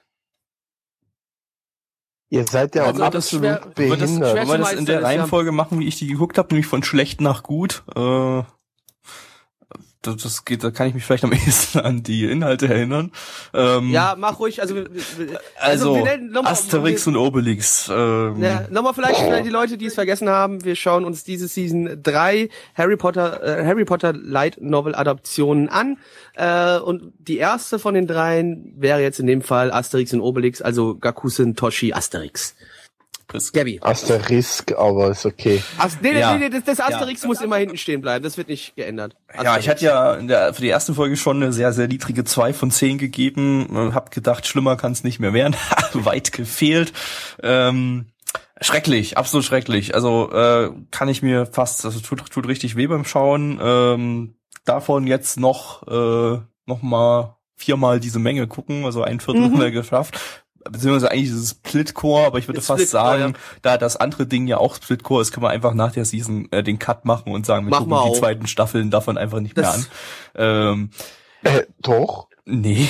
Ihr seid ja Also auch das absolut schwer- Wird das, behindert. schwer- wollen wir das zu in der meistern ist, ja. Reihenfolge machen, wie ich die geguckt habe, nämlich von schlecht nach gut? Äh, das, das geht, da kann ich mich vielleicht am ehesten an die Inhalte erinnern. Ähm, Ja, mach ruhig, also, wir- wir- also, wir nennen noch mal- Asterix und Obelix. Ähm, Ja, nochmal vielleicht für die Leute, die es vergessen haben, wir schauen uns diese Season drei Harry Potter äh, Harry Potter Light Novel Adaptionen an äh, und die erste von den dreien wäre jetzt in dem Fall Asterix und Obelix, also Gakusen Toshi Asterix. Asterisk. Gabi. Asterisk, aber ist okay. Ast nee, nee, Ja. nee, das, das Asterix ja. muss immer hinten stehen bleiben. Das wird nicht geändert. Asterix. Ja, ich hatte ja in der, für die erste Folge schon eine sehr, sehr niedrige zwei von zehn gegeben. Hab gedacht, schlimmer kann es nicht mehr werden. Weit gefehlt. Ähm, schrecklich, absolut schrecklich. Also äh, kann ich mir fast, also tut, tut richtig weh beim Schauen. Ähm, davon jetzt noch äh, noch mal viermal diese Menge gucken, also ein Viertel haben wir geschafft. Beziehungsweise eigentlich ist es Splitcore, aber ich würde Ist fast Splitcore, sagen, ja. da das andere Ding ja auch Splitcore ist, können wir einfach nach der Season äh, den Cut machen und sagen, wir Mach gucken mal die auf. zweiten Staffeln davon einfach nicht Das- mehr an. Ähm, Äh, doch. nee.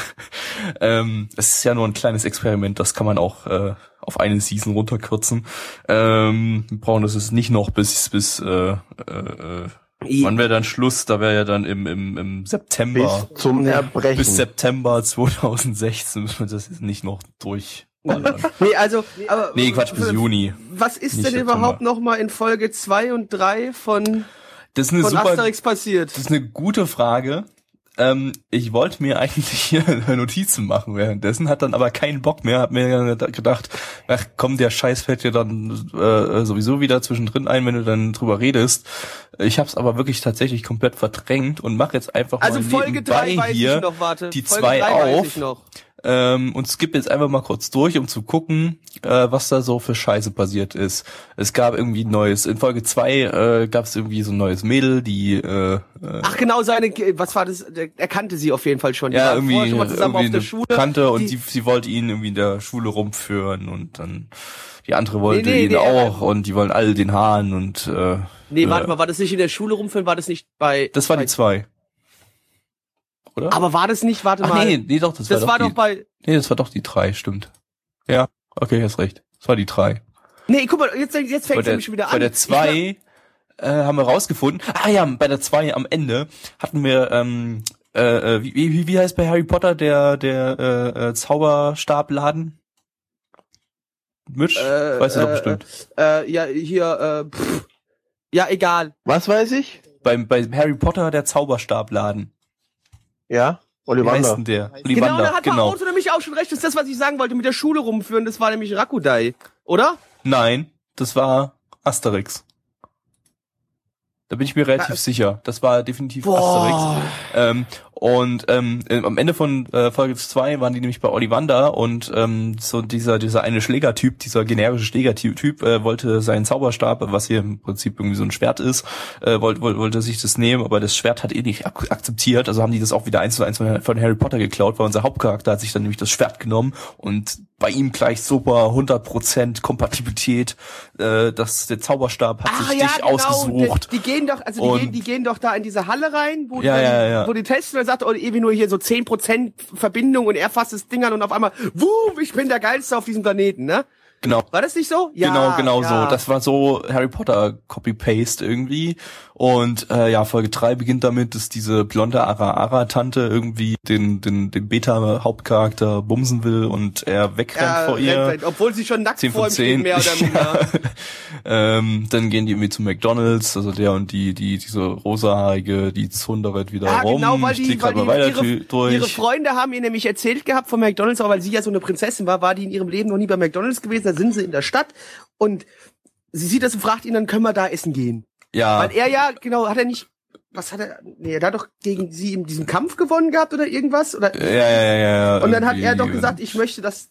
ähm, es ist ja nur ein kleines Experiment, das kann man auch äh, auf eine Season runterkürzen. Ähm, wir brauchen das jetzt nicht noch bis bis äh, äh, wann wäre dann Schluss? Da wäre ja dann im im im September. Bis zum Erbrechen. Bis September zwanzig sechzehn müssen wir das jetzt nicht noch durch. Nee, also, aber Nee, Quatsch, bis Juni. Was ist Nicht denn September. überhaupt noch mal in Folge zwei und drei von Das ist eine von super, Asterix passiert? das ist eine gute Frage. Ähm, ich wollte mir eigentlich hier Notizen machen währenddessen, hat dann aber keinen Bock mehr, hab mir gedacht, ach komm, der Scheiß fällt dir dann äh, sowieso wieder zwischendrin ein, wenn du dann drüber redest. Ich hab's aber wirklich tatsächlich komplett verdrängt und mache jetzt einfach Also mal Folge drei nebenbei weiß hier ich noch, warte. die Folge zwei drei weiß auf. ich noch. Ähm, und skippe jetzt einfach mal kurz durch, um zu gucken, äh, was da so für Scheiße passiert ist. Es gab irgendwie ein neues, in Folge zwei äh, gab es irgendwie so ein neues Mädel, die äh, Ach genau, seine, was war das? Er kannte sie auf jeden Fall schon. Die ja waren irgendwie, vorher schon mal zusammen irgendwie auf der eine Schule. Bekannte und Die- sie, sie wollte ihn irgendwie in der Schule rumführen und dann die andere wollte Nee, nee, ihn nee, auch äh, und die wollen alle den Haaren und äh, Nee, warte äh, mal, war das nicht in der Schule rumführen? War das nicht bei... das war bei, die zwei. Oder? Aber war das nicht, warte Ach mal... nee, nee doch, das, das war, war doch doch die, bei... nee, das war doch die drei, stimmt. Ja, okay, hast recht. Das war die drei. Nee, guck mal, jetzt, jetzt Bei fängt es der, nämlich schon wieder bei an. der zwei äh, haben wir rausgefunden. Ah ja, bei der zwei am Ende hatten wir ähm, äh, wie, wie, wie heißt bei Harry Potter der der äh, äh, Zauberstabladen? Mitch? Äh, weißt du doch äh, bestimmt. Äh, ja, hier, äh, pff. Ja, egal. Was weiß ich? Beim bei Harry Potter der Zauberstabladen. Ja? Wie heißt Ollivander. denn der? Genau, Ollivander, da hat genau. Auto nämlich auch schon recht. Das ist das, was ich sagen wollte, mit der Schule rumführen. Das war nämlich Rakudai, oder? Nein, das war Asterix. Da bin ich mir relativ Ja. sicher. Das war definitiv Boah. Asterix. Ähm, und ähm, äh, am Ende von äh, Folge zwei waren die nämlich bei Ollivander und ähm, so dieser dieser eine Schlägertyp, dieser generische Schlägertyp äh, wollte seinen Zauberstab, was hier im Prinzip irgendwie so ein Schwert ist, äh, wollte wollte wollte sich das nehmen, aber das Schwert hat eh nicht ak akzeptiert. Also haben die das auch wieder eins zu eins von, von Harry Potter geklaut, weil unser Hauptcharakter hat sich dann nämlich das Schwert genommen und bei ihm gleich super hundert Prozent Kompatibilität, äh, dass der Zauberstab hat sich dich ausgesucht. Die, die gehen doch, also die Und- gehen, die gehen doch da in diese Halle rein, wo, Ja, die, ja, ja. wo die testen und er sagt, oh, irgendwie nur hier so zehn Prozent Verbindung und er fasst das Ding an und auf einmal, wuh, ich bin der Geilste auf diesem Planeten, ne? Genau. War das nicht so? Ja, genau, genau ja. so. Das war so Harry Potter Copy-Paste irgendwie. Und äh, ja, Folge drei beginnt damit, dass diese blonde Ara-Ara-Tante irgendwie den den den Beta-Hauptcharakter bumsen will und er wegrennt Ja, vor ihr. rennt, obwohl sie schon nackt zehn vor von ihm steht, zehn. mehr oder minder. ähm, dann gehen die irgendwie zu McDonald's, also der und die die diese rosahaarige, die zundert wieder Ja, rum. genau, weil ich die, klick weil grad mal die weiter ihre, durch. ihre Freunde haben ihr nämlich erzählt gehabt von McDonald's, aber weil sie ja so eine Prinzessin war, war die in ihrem Leben noch nie bei McDonald's gewesen, da sind sie in der Stadt und sie sieht das und fragt ihn, dann können wir da essen gehen. ja, Weil er ja, genau, hat er nicht, was hat er, nee, er hat doch gegen sie in diesem Kampf gewonnen gehabt oder irgendwas? Oder, ja, ja, ja, ja. und dann hat er doch irgendwie. gesagt, ich möchte das,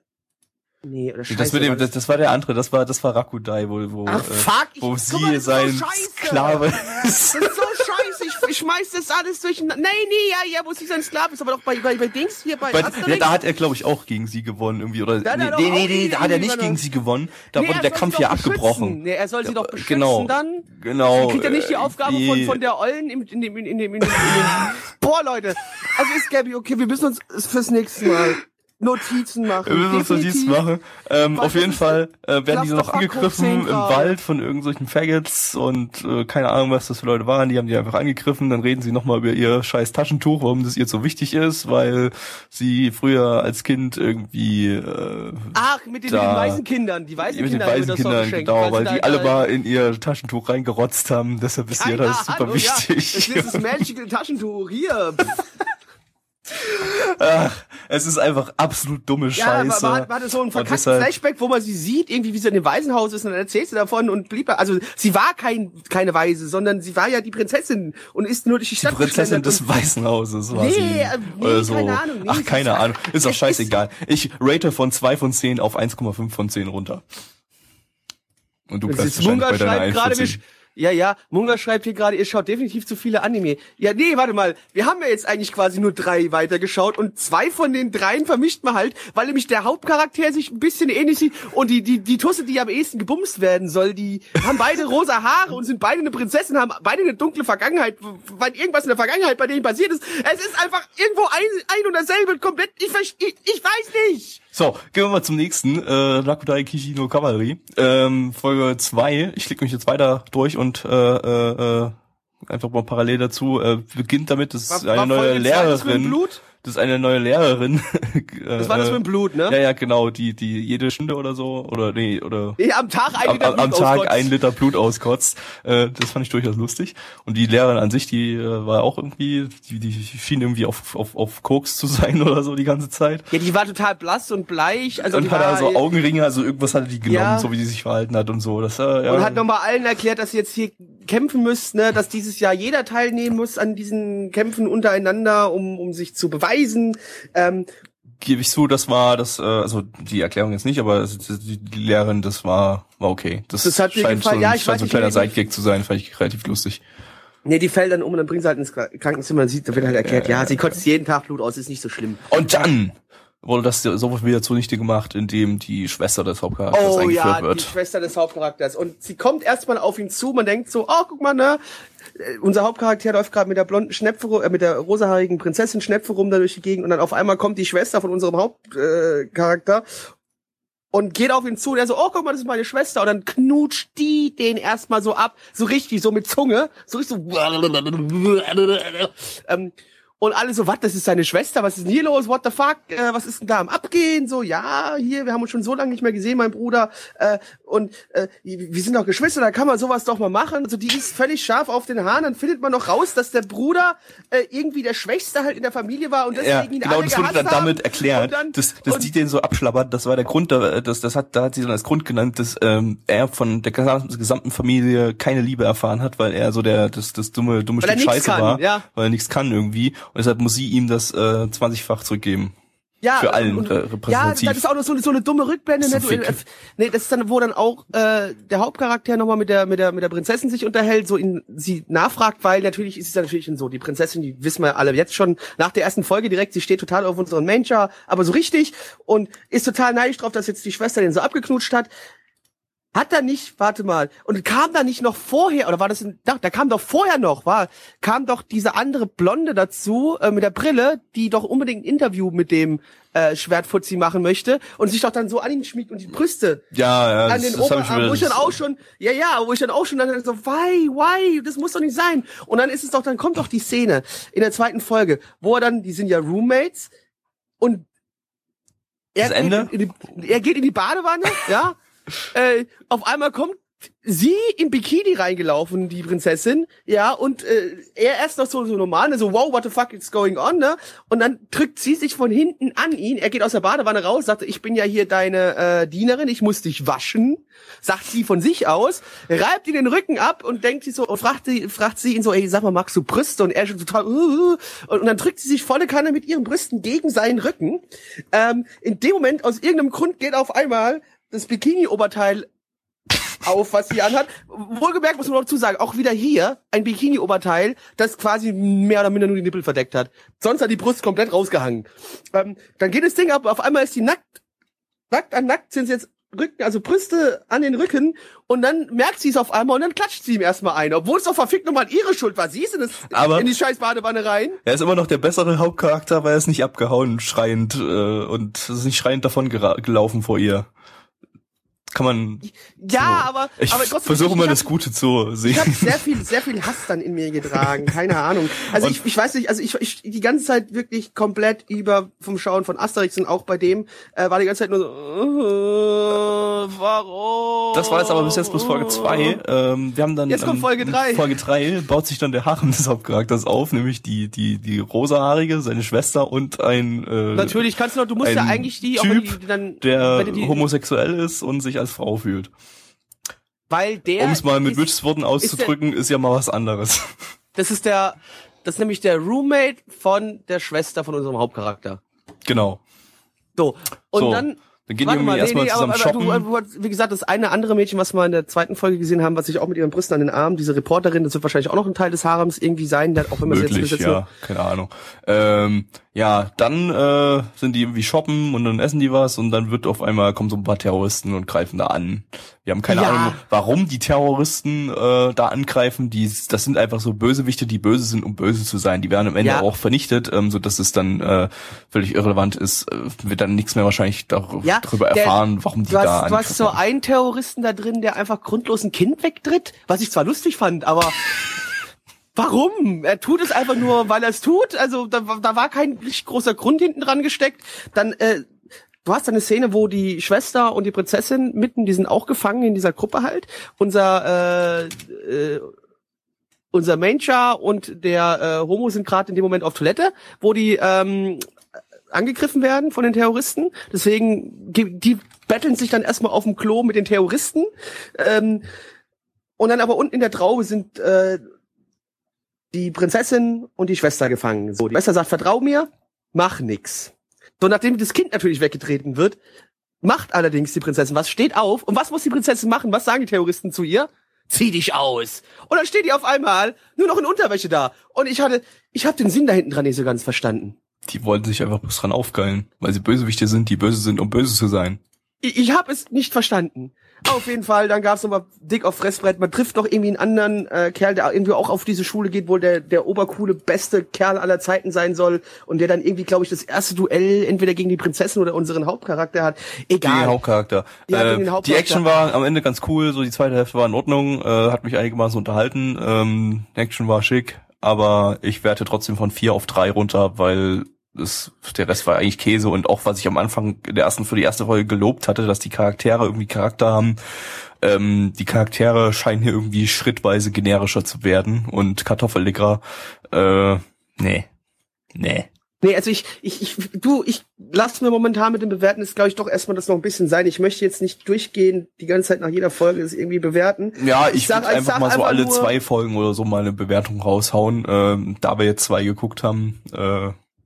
nee, oder Scheiße. Das, mit dem, war das, das war der andere, das war das war Rakudai, wo wo, Ach, äh, fuck, ich- wo guck sie mal, das ist so sein scheiße. Sklave ist. Das ist so scheiße, ich, ich schmeiß das alles durch, nee, nee, ja, ja, wo sie sein Sklave ist, aber doch bei, bei, bei Dings hier, bei Bei, ja, Asterix. da hat er, glaube ich, auch gegen sie gewonnen irgendwie oder Da hat nee, er doch nee, auch nee, nee, gegen da hat er sie nicht gewonnen. gegen sie gewonnen. Da Nee, wurde er der soll Kampf sie ja doch beschützen. abgebrochen. Nee, er soll sie Ja, doch beschützen genau. dann. Genau. Kriegt er nicht die äh, Aufgabe die- von, von der Ollen im, in dem, in dem, in dem, in dem, in dem Boah, Leute. Also ist Gabby, okay, wir müssen uns fürs nächste Mal Notizen machen. Wir müssen uns Notizen Definitiv. machen. Ähm, Weil auf jeden das ist- Fall äh, werden die so noch Clusterfuck hoch angegriffen zehn im Grad. Wald von irgendwelchen Faggots und äh, keine Ahnung, was das für Leute waren. Die haben die einfach angegriffen. Dann reden sie nochmal über ihr scheiß Taschentuch, warum das ihr so wichtig ist, weil sie früher als Kind irgendwie äh, Ach, mit den, mit den Da- weißen Kindern. Die weißen mit den Kinder haben mir weißen das doch Kindern, geschenkt, genau, weil sie die da- alle mal in ihr Taschentuch reingerotzt haben. Deshalb ist ihr Keine das super Ahnung, wichtig. Ja. Das ist das Magical Taschentuch hier. Ach, Es ist einfach absolut dumme Scheiße. Ja, man hat, man hatte so einen verkackten Flashback, wo man sie sieht, irgendwie wie sie in dem Waisenhaus ist und dann erzählt sie davon und blieb, also sie war kein, keine Waise, sondern sie war ja die Prinzessin und ist nur durch die Stadt Die Prinzessin des Waisenhauses war nee, sie. Nee, oder so. keine Ahnung. Nee, Ach, keine Ahnung. Ist doch scheißegal. Ist ich rate von zwei von zehn auf eins Komma fünf von zehn runter. Und du bleibst wahrscheinlich Munga bei deiner eins von zehn. Ja, ja, Munga schreibt hier gerade, ihr schaut definitiv zu viele Anime. Ja, nee, warte mal, wir haben ja jetzt eigentlich quasi nur drei weitergeschaut und zwei von den dreien vermischt man halt, weil nämlich der Hauptcharakter sich ein bisschen ähnlich sieht und die die die Tusse, die am ehesten gebumst werden soll, die haben beide rosa Haare und sind beide eine Prinzessin, haben beide eine dunkle Vergangenheit, weil irgendwas in der Vergangenheit bei denen passiert ist. Es ist einfach irgendwo ein, ein und dasselbe, komplett, ich, ich, ich weiß nicht. So, gehen wir mal zum nächsten, äh, Rakudai Kishi no Kavallerie, ähm, Folge zwei. Ich klicke mich jetzt weiter durch und äh, äh, einfach mal parallel dazu, äh, beginnt damit, dass war, eine war neue Folge Lehrerin, Blut? das ist eine neue Lehrerin. Das war das mit dem Blut, ne? Ja, ja, genau, die die jede Stunde oder so, oder nee, oder nee, am Tag ein Liter am, Blut am Tag auskotzt. ein Liter Blut auskotzt. Äh, das fand ich durchaus lustig. Und die Lehrerin an sich, die äh, war auch irgendwie, die, die schien irgendwie auf, auf, auf Koks zu sein oder so die ganze Zeit. Ja, die war total blass und bleich. Also und die hatte war, also Augenringe, also irgendwas hatte die genommen, ja. so wie die sich verhalten hat und so. Das, äh, ja. Und hat nochmal allen erklärt, dass sie jetzt hier kämpfen müsst, ne, dass dieses Jahr jeder teilnehmen muss an diesen Kämpfen untereinander, um, um sich zu beweisen. Ähm, Gebe ich zu, das war das, äh, also die Erklärung jetzt nicht, aber die, die Lehrerin, das war war okay. Das, das hat mir scheint gefallen. so, Ja, ich scheint weiß so ein nicht, kleiner wie- Sidekick zu sein, fand ich relativ lustig. nee, die fällt dann um und dann bringt sie halt ins Krankenzimmer und sieht, da wird halt erklärt, Ja, ja, sie kotzt jeden Tag Blut aus, ist nicht so schlimm. Und dann wurde das so wieder zunichte gemacht, indem die Schwester des Hauptcharakters Oh eingeführt ja, wird. die Schwester des Hauptcharakters. Und sie kommt erstmal auf ihn zu, man denkt so, oh, guck mal, ne, äh, unser Hauptcharakter läuft gerade mit der blonden Schnepfe, ru- äh, mit der rosahaarigen Prinzessin Schnepfe rum da durch die Gegend und dann auf einmal kommt die Schwester von unserem Hauptcharakter äh, Charakter und geht auf ihn zu und er so, oh, guck mal, das ist meine Schwester. Und dann knutscht die den erstmal so ab, so richtig, so mit Zunge, so richtig so, ähm, und alle so, was, das ist seine Schwester, was ist denn hier los, what the fuck, äh, was ist denn da am Abgehen, so, ja, hier, wir haben uns schon so lange nicht mehr gesehen, mein Bruder, äh, und äh, wir sind doch Geschwister, da kann man sowas doch mal machen, also die ist völlig scharf auf den Haaren, dann findet man noch raus, dass der Bruder äh, irgendwie der Schwächste halt in der Familie war und deswegen Ja, ihn genau, alle das wurde gehasst dann damit haben. erklärt, Und dann- dass, dass und- die den so abschlabbert, das war der Grund, da- das, das hat, da hat sie dann als Grund genannt, dass ähm, er von der gesamten gesamten Familie keine Liebe erfahren hat, weil er so der, das, das dumme, dumme Weil er Stück nichts Scheiße kann, war, ja. weil er nichts kann irgendwie, und deshalb muss sie ihm das äh, zwanzigfach zurückgeben. Ja, Für allen und, äh, ja, repräsentativ. das ist auch noch so, so eine dumme Rückblende. So Ne? Du, Fick. äh, nee, das ist dann, wo dann auch äh, der Hauptcharakter nochmal mit der mit der mit der Prinzessin sich unterhält, so ihn sie nachfragt, weil natürlich ist es ja natürlich schon so, die Prinzessin, die wissen wir alle jetzt schon nach der ersten Folge direkt, sie steht total auf unseren Mentor, aber so richtig und ist total neidisch drauf, dass jetzt die Schwester den so abgeknutscht hat. Hat er nicht, warte mal, und kam da nicht noch vorher, oder war das, in, da, da kam doch vorher noch, war, kam doch diese andere Blonde dazu, äh, mit der Brille, die doch unbedingt ein Interview mit dem äh, Schwertfuzzi machen möchte und sich doch dann so an ihn schmiegt und die Brüste Ja, ja, an das, den das habe ich Oberarm, wo ich wieder. dann auch schon, ja, ja, wo ich dann auch schon dann so, why, why, das muss doch nicht sein. Und dann ist es doch, dann kommt doch die Szene in der zweiten Folge, wo er dann, die sind ja Roommates und er, Das Ende? Geht in die, er geht in die Badewanne, ja, äh, auf einmal kommt sie in Bikini reingelaufen, die Prinzessin, ja, und äh, er erst noch so, so normal, ne, so, wow, what the fuck is going on, ne, und dann drückt sie sich von hinten an ihn, er geht aus der Badewanne raus, sagt, ich bin ja hier deine äh, Dienerin, ich muss dich waschen, sagt sie von sich aus, reibt ihn den Rücken ab und denkt sie so, und fragt sie, fragt sie ihn so, ey, sag mal, magst du Brüste? Und er schon total, uh, und, und dann drückt sie sich volle Kanne mit ihren Brüsten gegen seinen Rücken, ähm, in dem Moment, aus irgendeinem Grund geht auf einmal das Bikini-Oberteil auf, was sie anhat. Wohlgemerkt muss man noch dazu sagen, auch wieder hier ein Bikini-Oberteil, das quasi mehr oder minder nur die Nippel verdeckt hat. Sonst hat die Brust komplett rausgehangen. Ähm, dann geht das Ding ab, auf einmal ist die nackt, nackt an nackt sind sie jetzt Rücken, also Brüste an den Rücken und dann merkt sie es auf einmal und dann klatscht sie ihm erstmal ein, obwohl es doch verfickt nochmal ihre Schuld war. Sie ist in, das, Aber in die scheiß Badewanne rein. Er ist immer noch der bessere Hauptcharakter, weil er ist nicht abgehauen, schreiend äh, und ist nicht schreiend davon gera- gelaufen vor ihr. kann man. Ja, so. aber ich aber trotzdem, versuche mal ich das hab, Gute zu sehen. Ich habe sehr viel, sehr viel Hass dann in mir getragen. Keine Ahnung. Also ich, ich weiß nicht. Also ich, ich die ganze Zeit wirklich komplett über vom Schauen von Asterix und auch bei dem äh, war die ganze Zeit nur so. Uh, warum? Das war jetzt aber bis jetzt bloß Folge zwei. Ähm, wir haben dann jetzt kommt ähm, Folge drei. Folge drei baut sich dann der Harem des Hauptcharakters auf, nämlich die die die rosahaarige, seine Schwester und ein äh, natürlich kannst du noch. Du musst ja eigentlich die, Typ, auch wenn die, die dann, der wenn die, homosexuell ist und sich als Frau fühlt. Weil der. Um es mal mit ist, Witchs Worten auszudrücken, ist, der, ist ja mal was anderes. Das ist der, das ist nämlich der Roommate von der Schwester von unserem Hauptcharakter. Genau. So. Und so. dann. Dann gehen die irgendwie erstmal nee, zusammen aber, shoppen. aber, du, wie gesagt, das eine andere Mädchen, was wir in der zweiten Folge gesehen haben, was sich auch mit ihren Brüsten an den Armen, diese Reporterin, das wird wahrscheinlich auch noch ein Teil des Harems irgendwie sein, auch wenn man Möglich, jetzt, jetzt ja, nur keine Ahnung. Ähm, ja, dann äh, sind die irgendwie shoppen und dann essen die was und dann wird auf einmal kommen so ein paar Terroristen und greifen da an. Wir haben keine ja. Ahnung, warum die Terroristen äh, da angreifen. Die, das sind einfach so Bösewichte, die böse sind, um böse zu sein. Die werden am Ende ja. auch vernichtet, ähm, so dass es dann äh, völlig irrelevant ist. Äh, wird dann nichts mehr wahrscheinlich dar- ja, darüber der, erfahren, warum die du hast, da Du hast so einen Terroristen da drin, der einfach grundlos ein Kind wegtritt, was ich zwar lustig fand, aber warum? Er tut es einfach nur, weil er es tut. Also da, da war kein richtig großer Grund hinten dran gesteckt. Dann, äh, du hast eine Szene, wo die Schwester und die Prinzessin mitten, die sind auch gefangen in dieser Gruppe halt. Unser, äh, äh, unser Mainchar und der äh, Homo sind gerade in dem Moment auf Toilette, wo die ähm, angegriffen werden von den Terroristen. Deswegen, die betteln sich dann erstmal auf dem Klo mit den Terroristen. Ähm, und dann aber unten in der Traube sind äh, die Prinzessin und die Schwester gefangen. So, die Schwester sagt, vertrau mir, mach nix. So, nachdem das Kind natürlich weggetreten wird, macht allerdings die Prinzessin was, steht auf. Und was muss die Prinzessin machen? Was sagen die Terroristen zu ihr? Zieh dich aus. Und dann steht die auf einmal nur noch in Unterwäsche da. Und ich hatte, ich habe den Sinn da hinten dran nicht so ganz verstanden. Die wollten sich einfach bloß dran aufgeilen, weil sie Bösewichte sind, die böse sind, um böse zu sein. Ich, ich habe es nicht verstanden. Auf jeden Fall, dann gab's nochmal dick auf Fressbrett. Man trifft noch irgendwie einen anderen äh, Kerl, der irgendwie auch auf diese Schule geht, wohl der der obercoole, beste Kerl aller Zeiten sein soll und der dann irgendwie, glaube ich, das erste Duell entweder gegen die Prinzessin oder unseren Hauptcharakter hat. Egal. Gegen den Hauptcharakter. Ja, äh, gegen den Hauptcharakter. Die Action war am Ende ganz cool, so die zweite Hälfte war in Ordnung, äh, hat mich einigermaßen unterhalten. Ähm, Action war schick, aber ich werte trotzdem von vier auf drei runter, weil das, der Rest war eigentlich Käse und auch was ich am Anfang der ersten für die erste Folge gelobt hatte, dass die Charaktere irgendwie Charakter haben. Ähm, die Charaktere scheinen hier irgendwie schrittweise generischer zu werden und kartoffeldicker. Äh, nee. Nee. Nee, also ich, ich, ich, du, ich lass mir momentan mit dem Bewerten ist, glaube ich, doch erstmal das noch ein bisschen sein. Ich möchte jetzt nicht durchgehen, die ganze Zeit nach jeder Folge das irgendwie bewerten. Ja, ich, ich würde einfach sag mal so einfach alle nur, zwei Folgen oder so mal eine Bewertung raushauen, ähm, da wir jetzt zwei geguckt haben. Äh,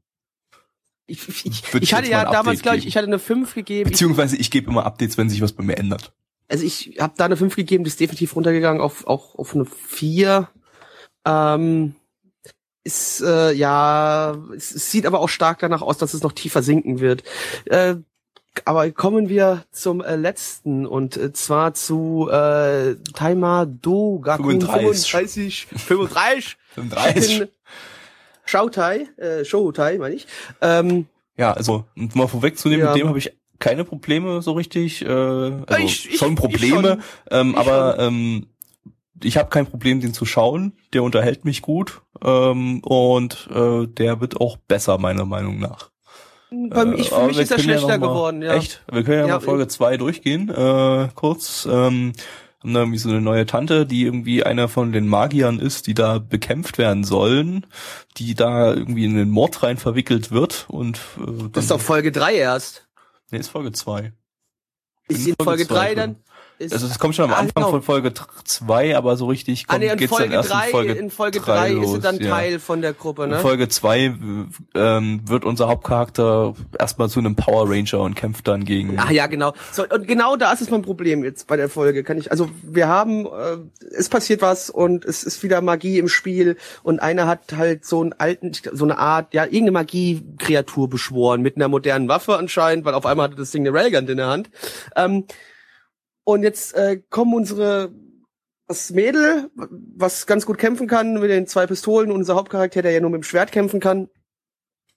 ich, ich, ich, ich hatte ja damals, glaube ich, ich hatte eine fünf gegeben. Beziehungsweise ich gebe immer Updates, wenn sich was bei mir ändert. Also ich habe da eine fünf gegeben, die ist definitiv runtergegangen auf auch auf eine vier. Ähm, ist äh, ja, es, es sieht aber auch stark danach aus, dass es noch tiefer sinken wird. Äh, aber kommen wir zum äh, letzten und äh, zwar zu äh, Taima do Gakun fünfunddreißig. fünfunddreißig. fünfunddreißig. Shoutai, äh, Shoutai, meine ich. Ähm, ja, also um mal vorwegzunehmen, ja. mit dem habe ich keine Probleme so richtig. Äh, also ich, ich, schon Probleme, ich schon. Ähm, ich aber schon. ähm, ich habe kein Problem, den zu schauen. Der unterhält mich gut ähm, und äh, der wird auch besser, meiner Meinung nach. Bei mir, ich, für mich ist er schlechter ja mal, geworden. Ja. Echt? Wir können ja, ja mal Folge zwei durchgehen, äh, kurz. Ähm, haben da irgendwie so eine neue Tante, die irgendwie einer von den Magiern ist, die da bekämpft werden sollen, die da irgendwie in den Mord rein verwickelt wird und äh, dann, das ist doch Folge drei erst. Nee, ist Folge zwei. Ist in Folge drei dann? Ist, also es kommt schon am ah, Anfang genau. von Folge zwei, aber so richtig kommt, ah, nee, in geht's Folge dann erst drei, in Folge in Folge drei ist sie dann ja. Teil von der Gruppe, ne? In Folge zwei ähm, wird unser Hauptcharakter erstmal zu einem Power Ranger und kämpft dann gegen... Ach ja, genau. So, und genau da ist es mein Problem jetzt bei der Folge. Kann ich, also wir haben, äh, es passiert was und es ist wieder Magie im Spiel und einer hat halt so einen alten, so eine Art, ja, irgendeine Magie-Kreatur beschworen mit einer modernen Waffe anscheinend, weil auf einmal hatte das Ding eine Railgun in der Hand. Ähm, Und jetzt äh, kommen unsere das Mädel, was ganz gut kämpfen kann mit den zwei Pistolen, und unser Hauptcharakter, der ja nur mit dem Schwert kämpfen kann,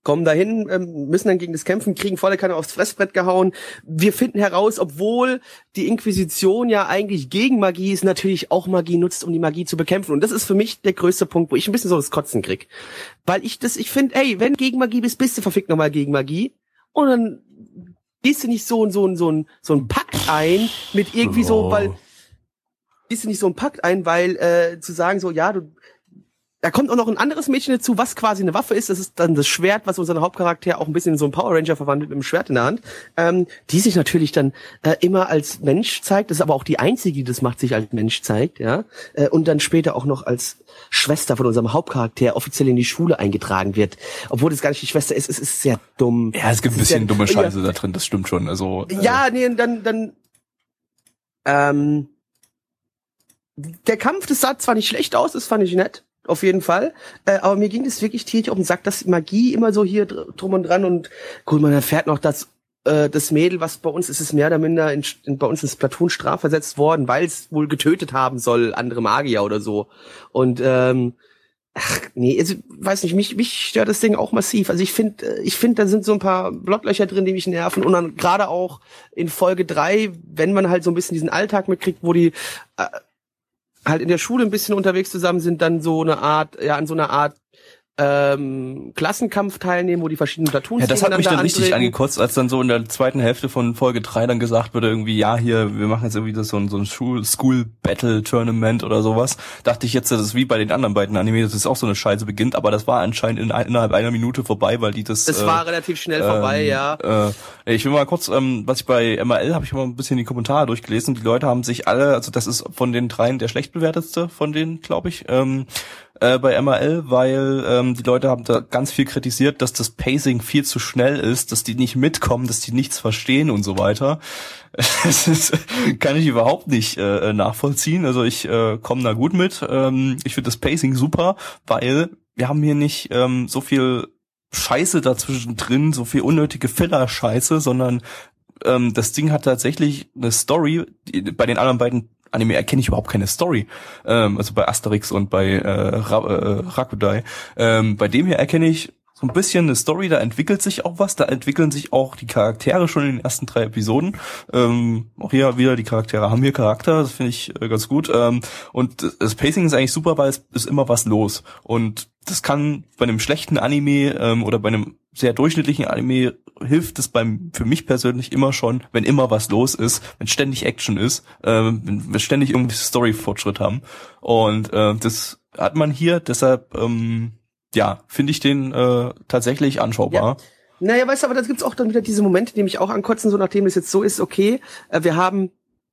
kommen dahin, ähm, müssen dann gegen das kämpfen, kriegen volle Kanne aufs Fressbrett gehauen. Wir finden heraus, obwohl die Inquisition ja eigentlich gegen Magie ist, natürlich auch Magie nutzt, um die Magie zu bekämpfen. Und das ist für mich der größte Punkt, wo ich ein bisschen so das Kotzen krieg. Weil ich das, ich finde, ey, wenn du gegen Magie bist, bist du verfickt nochmal gegen Magie. Und dann gehst du nicht so, so, so, so, so ein Pakt ein mit irgendwie oh. so, weil, gehst du nicht so ein Pakt ein, weil, äh, zu sagen so, ja, du, da kommt auch noch ein anderes Mädchen dazu, was quasi eine Waffe ist. Das ist dann das Schwert, was unseren Hauptcharakter auch ein bisschen in so einen Power Ranger verwandelt mit dem Schwert in der Hand. Ähm, die sich natürlich dann äh, immer als Mensch zeigt. Das ist aber auch die einzige, die das macht, sich als Mensch zeigt, ja. Äh, und dann später auch noch als Schwester von unserem Hauptcharakter offiziell in die Schule eingetragen wird. Obwohl das gar nicht die Schwester ist. Es ist sehr dumm. Ja, es gibt ein bisschen dumme Scheiße ja. da drin. Das stimmt schon. Also äh. ja, nee, dann dann ähm, der Kampf, das sah zwar nicht schlecht aus, das fand ich nett. Auf jeden Fall. Äh, aber mir ging das wirklich tierisch auf den Sack, dass Magie immer so hier drum und dran und gut, man erfährt noch, dass äh, das Mädel, was bei uns ist, ist mehr oder minder in, in, bei uns ins Platoon strafversetzt worden, weil es wohl getötet haben soll, andere Magier oder so. Und ähm, ach nee, also, weiß nicht, mich mich stört das Ding auch massiv. Also ich finde, ich finde, da sind so ein paar Blocklöcher drin, die mich nerven. Und dann gerade auch in Folge drei, wenn man halt so ein bisschen diesen Alltag mitkriegt, wo die äh, halt in der Schule ein bisschen unterwegs zusammen sind, dann so eine Art, ja, an so einer Art ähm, Klassenkampf teilnehmen, wo die verschiedenen Platoons ja, das hat mich dann antreten. richtig angekotzt, als dann so in der zweiten Hälfte von Folge drei dann gesagt wurde, irgendwie, ja, hier, wir machen jetzt irgendwie das so ein, so ein School-Battle-Tournament oder sowas. Dachte ich jetzt, das ist wie bei den anderen beiden Anime, dass es auch so eine Scheiße beginnt, aber das war anscheinend in, innerhalb einer Minute vorbei, weil die das... Es äh, war relativ schnell ähm, vorbei, ja. Äh, ich will mal kurz, ähm, was ich bei M R L, habe ich mal ein bisschen die Kommentare durchgelesen, die Leute haben sich alle, also das ist von den dreien der schlecht bewertetste von denen, glaube ich, ähm, äh, bei M R L, weil ähm, die Leute haben da ganz viel kritisiert, dass das Pacing viel zu schnell ist, dass die nicht mitkommen, dass die nichts verstehen und so weiter. Das ist, kann ich überhaupt nicht äh, nachvollziehen. Also ich äh, komme da gut mit. Ähm, ich finde das Pacing super, weil wir haben hier nicht ähm, so viel Scheiße dazwischen drin, so viel unnötige Filler-Scheiße, sondern ähm, das Ding hat tatsächlich eine Story. Die, bei den anderen beiden Anime erkenne ich überhaupt keine Story. Ähm, also bei Asterix und bei äh, Ra- äh, Rakudai. Ähm, bei dem hier erkenne ich so ein bisschen eine Story, da entwickelt sich auch was, da entwickeln sich auch die Charaktere schon in den ersten drei Episoden. Ähm, auch hier wieder, die Charaktere haben hier Charakter, das finde ich äh, ganz gut. Ähm, und das Pacing ist eigentlich super, weil es ist immer was los. Und das kann bei einem schlechten Anime ähm, oder bei einem sehr durchschnittlichen Anime hilft es beim für mich persönlich immer schon, wenn immer was los ist, wenn ständig Action ist, ähm, wenn wir ständig irgendwie Story-Fortschritt haben. Und äh, das hat man hier, deshalb ähm, ja, finde ich den äh, tatsächlich anschaubar. Ja. Naja, weißt du, aber da gibt's auch dann wieder diese Momente, die mich auch ankotzen, so nachdem es jetzt so ist, okay, äh, wir haben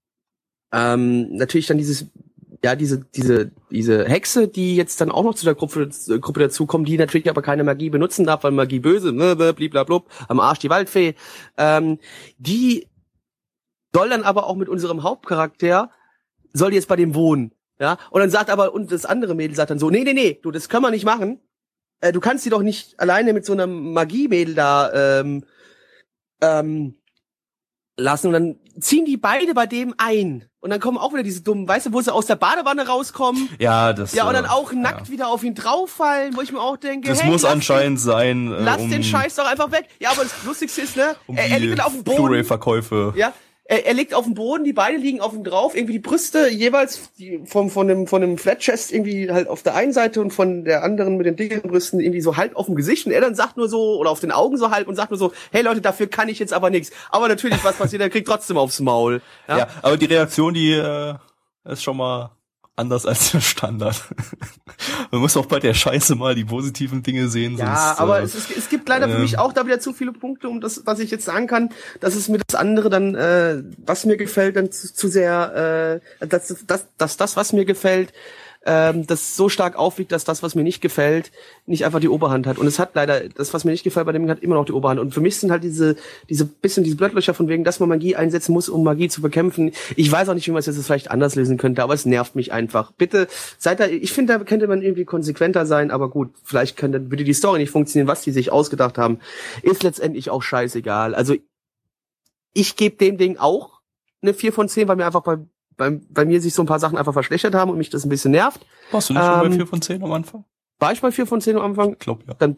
ähm, natürlich dann dieses, ja, diese, diese, diese Hexe, die jetzt dann auch noch zu der Gruppe, äh, Gruppe dazukommt, die natürlich aber keine Magie benutzen darf, weil Magie böse, bliblablub, am Arsch die Waldfee, ähm, die soll dann aber auch mit unserem Hauptcharakter, soll die jetzt bei dem wohnen, ja, und dann sagt aber, und das andere Mädel sagt dann so, nee, nee, nee, du, das können wir nicht machen. Du kannst sie doch nicht alleine mit so einem Magie-Mädel da ähm, ähm, lassen. Und dann ziehen die beide bei dem ein. Und dann kommen auch wieder diese dummen, weißt du, wo sie aus der Badewanne rauskommen. Ja, das Ja, und dann auch nackt ja. wieder auf ihn drauffallen, wo ich mir auch denke, das hey, muss anscheinend den, sein. Äh, lass um, den Scheiß doch einfach weg. Ja, aber das Lustigste ist, ne, um er, er liegt dann auf dem Boden. Blu-ray-Verkäufe. Ja. Er, er liegt auf dem Boden, die beide liegen auf ihm drauf, irgendwie die Brüste jeweils die, vom, von dem, von dem Flat Chest irgendwie halt auf der einen Seite und von der anderen mit den dicken Brüsten irgendwie so halb auf dem Gesicht und er dann sagt nur so, oder auf den Augen so halb und sagt nur so, hey Leute, dafür kann ich jetzt aber nichts. Aber natürlich, was passiert, er kriegt trotzdem aufs Maul. Ja, ja, aber die Reaktion, die äh, ist schon mal anders als der Standard. Man muss auch bei der Scheiße mal die positiven Dinge sehen. Ja, sonst, aber äh, es, ist, es gibt leider äh, für mich auch da wieder zu viele Punkte, um das, was ich jetzt sagen kann, dass es mir das andere dann, äh, was mir gefällt, dann zu, zu sehr, äh, dass, dass, dass das, was mir gefällt, ähm, das so stark aufwiegt, dass das, was mir nicht gefällt, nicht einfach die Oberhand hat. Und es hat leider, das, was mir nicht gefällt, bei dem hat immer noch die Oberhand. Und für mich sind halt diese, diese bisschen diese Blödlöcher von wegen, dass man Magie einsetzen muss, um Magie zu bekämpfen. Ich weiß auch nicht, wie man es jetzt vielleicht anders lösen könnte, aber es nervt mich einfach. Bitte, seid da, ich finde, da könnte man irgendwie konsequenter sein, aber gut, vielleicht könnte, würde die Story nicht funktionieren, was die sich ausgedacht haben. Ist letztendlich auch scheißegal. Also, ich gebe dem Ding auch eine vier von zehn, weil mir einfach bei Bei, bei mir sich so ein paar Sachen einfach verschlechtert haben und mich das ein bisschen nervt. Warst du nicht ähm, schon bei vier von zehn am Anfang? War ich bei vier von zehn am Anfang? Ich glaub, ja. Dann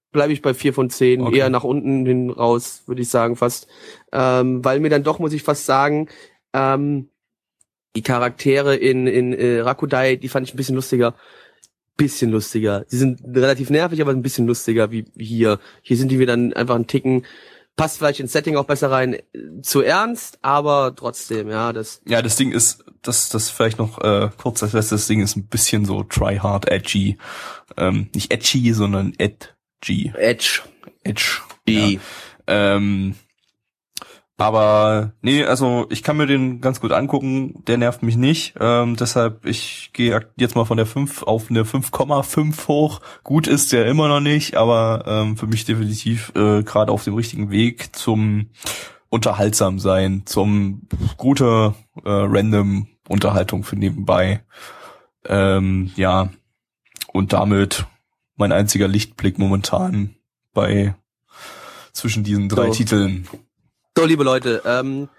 bleibe ich bei vier von zehn, Okay. eher nach unten hin raus, würde ich sagen fast. Ähm, weil mir dann doch, muss ich fast sagen, ähm, die Charaktere in, in äh, Rakudai, die fand ich ein bisschen lustiger. Bisschen lustiger. Sie sind relativ nervig, aber ein bisschen lustiger wie hier. Hier sind die wir dann einfach einen Ticken, passt vielleicht ins Setting auch besser rein, äh, zu ernst, aber trotzdem, ja, das... Ja, das Ding ist, das, das vielleicht noch äh, kurz als letztes Ding ist ein bisschen so try-hard, edgy. Ähm, nicht edgy, sondern edgy. Edge. Edge. Die. Ja. Ähm, aber nee, also ich kann mir den ganz gut angucken, der nervt mich nicht. Ähm, deshalb, ich gehe jetzt mal von der fünf auf eine fünf Komma fünf hoch. Gut ist der immer noch nicht, aber ähm, für mich definitiv äh, gerade auf dem richtigen Weg zum unterhaltsam sein, zum gute äh, random Unterhaltung für nebenbei. Ähm, ja, und damit mein einziger Lichtblick momentan bei zwischen diesen drei So. Titeln. So, liebe Leute, ähm,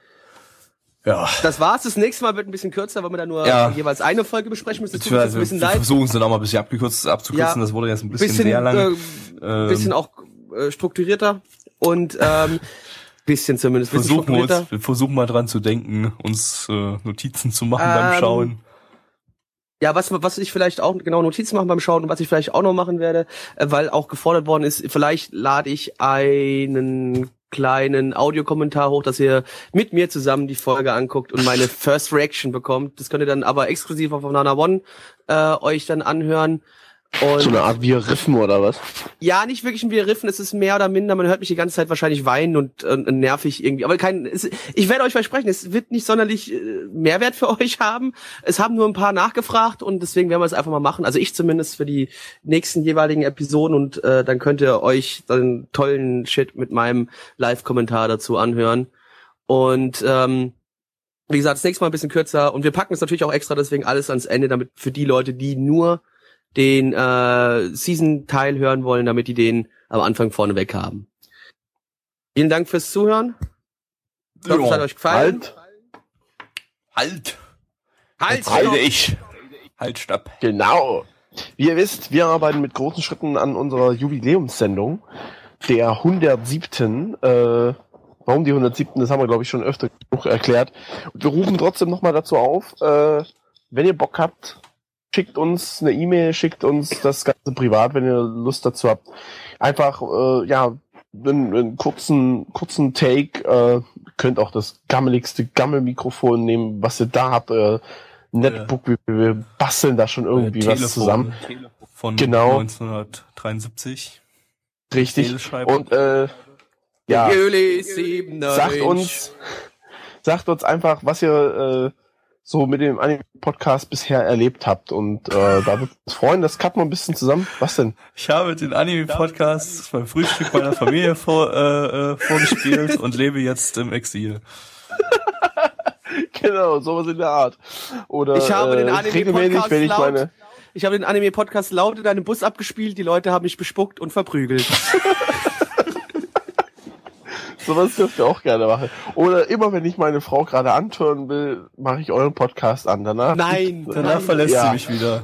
Ja. das war's. Das nächste Mal wird ein bisschen kürzer, weil wir dann nur Ja. jeweils eine Folge besprechen müssen. Das tut uns jetzt Beziehungsweise ein bisschen wir leid. versuchen es dann auch mal ein bisschen abgekürzt abzukürzen. Ja. Das wurde jetzt ein bisschen, Bisschen, sehr lang. äh, Ähm, bisschen auch äh, strukturierter und ähm, bisschen zumindest. Bisschen versuchen wir strukturierter. uns, wir versuchen mal dran zu denken, uns äh, Notizen zu machen beim Ähm, Schauen. Ja, was, was ich vielleicht auch genau Notizen machen beim Schauen und was ich vielleicht auch noch machen werde, äh, weil auch gefordert worden ist, vielleicht lade ich einen kleinen Audiokommentar hoch, dass ihr mit mir zusammen die Folge anguckt und meine First Reaction bekommt. Das könnt ihr dann aber exklusiv auf Nana One äh, euch dann anhören. Und So eine Art wir riffen oder was? ja, nicht wirklich ein Wir riffen, es ist mehr oder minder, man hört mich die ganze Zeit wahrscheinlich weinen und äh, nervig irgendwie, aber kein, es, ich werde euch versprechen, es wird nicht sonderlich äh, Mehrwert für euch haben, es haben nur ein paar nachgefragt und deswegen werden wir es einfach mal machen, also ich zumindest für die nächsten jeweiligen Episoden und äh, dann könnt ihr euch dann tollen Shit mit meinem Live-Kommentar dazu anhören und ähm, wie gesagt, das nächste Mal ein bisschen kürzer und wir packen es natürlich auch extra deswegen alles ans Ende, damit für die Leute, die nur den äh, Season-Teil hören wollen, damit die den am Anfang vorneweg haben. Vielen Dank fürs Zuhören. Ich hoffe, es hat euch gefallen. Halt, Halt! Halt! Jetzt rede ich! Halt, stopp! genau. Wie ihr wisst, wir arbeiten mit großen Schritten an unserer Jubiläumssendung, der hundertsiebten Äh, warum die hundertsiebten Das haben wir, glaube ich, schon öfter genug erklärt. Und wir rufen trotzdem nochmal dazu auf, äh, wenn ihr Bock habt, schickt uns eine E-Mail, schickt uns das Ganze privat, wenn ihr Lust dazu habt. Einfach, äh, ja, einen, einen kurzen, kurzen Take, äh, könnt auch das gammeligste Gammelmikrofon nehmen, was ihr da habt, äh, Netbook, wir, wir basteln da schon irgendwie Äh, was Telefon zusammen. Von Genau. neunzehnhundertreiundsiebzig. Richtig. Teleschreiber. Und, äh, ja, Juli siebenundneunzig. sagt uns, sagt uns einfach, was ihr, äh, so mit dem Anime-Podcast bisher erlebt habt. Und äh, da wird uns freuen, das cutten wir ein bisschen zusammen. Was denn? Ich habe den Anime-Podcast beim Frühstück meiner Familie vor, äh, äh, vorgespielt und lebe jetzt im Exil. Genau, sowas in der Art. Oder Ich habe den äh, Anime-Podcast regelmäßig, wenn ich laut- meine... Ich habe den Anime-Podcast laut in einem Bus abgespielt, die Leute haben mich bespuckt und verprügelt. Sowas dürft ihr auch gerne machen. Oder immer, wenn ich meine Frau gerade antören will, mache ich euren Podcast an. Danach Nein, Danach nein. verlässt Ja. sie mich wieder.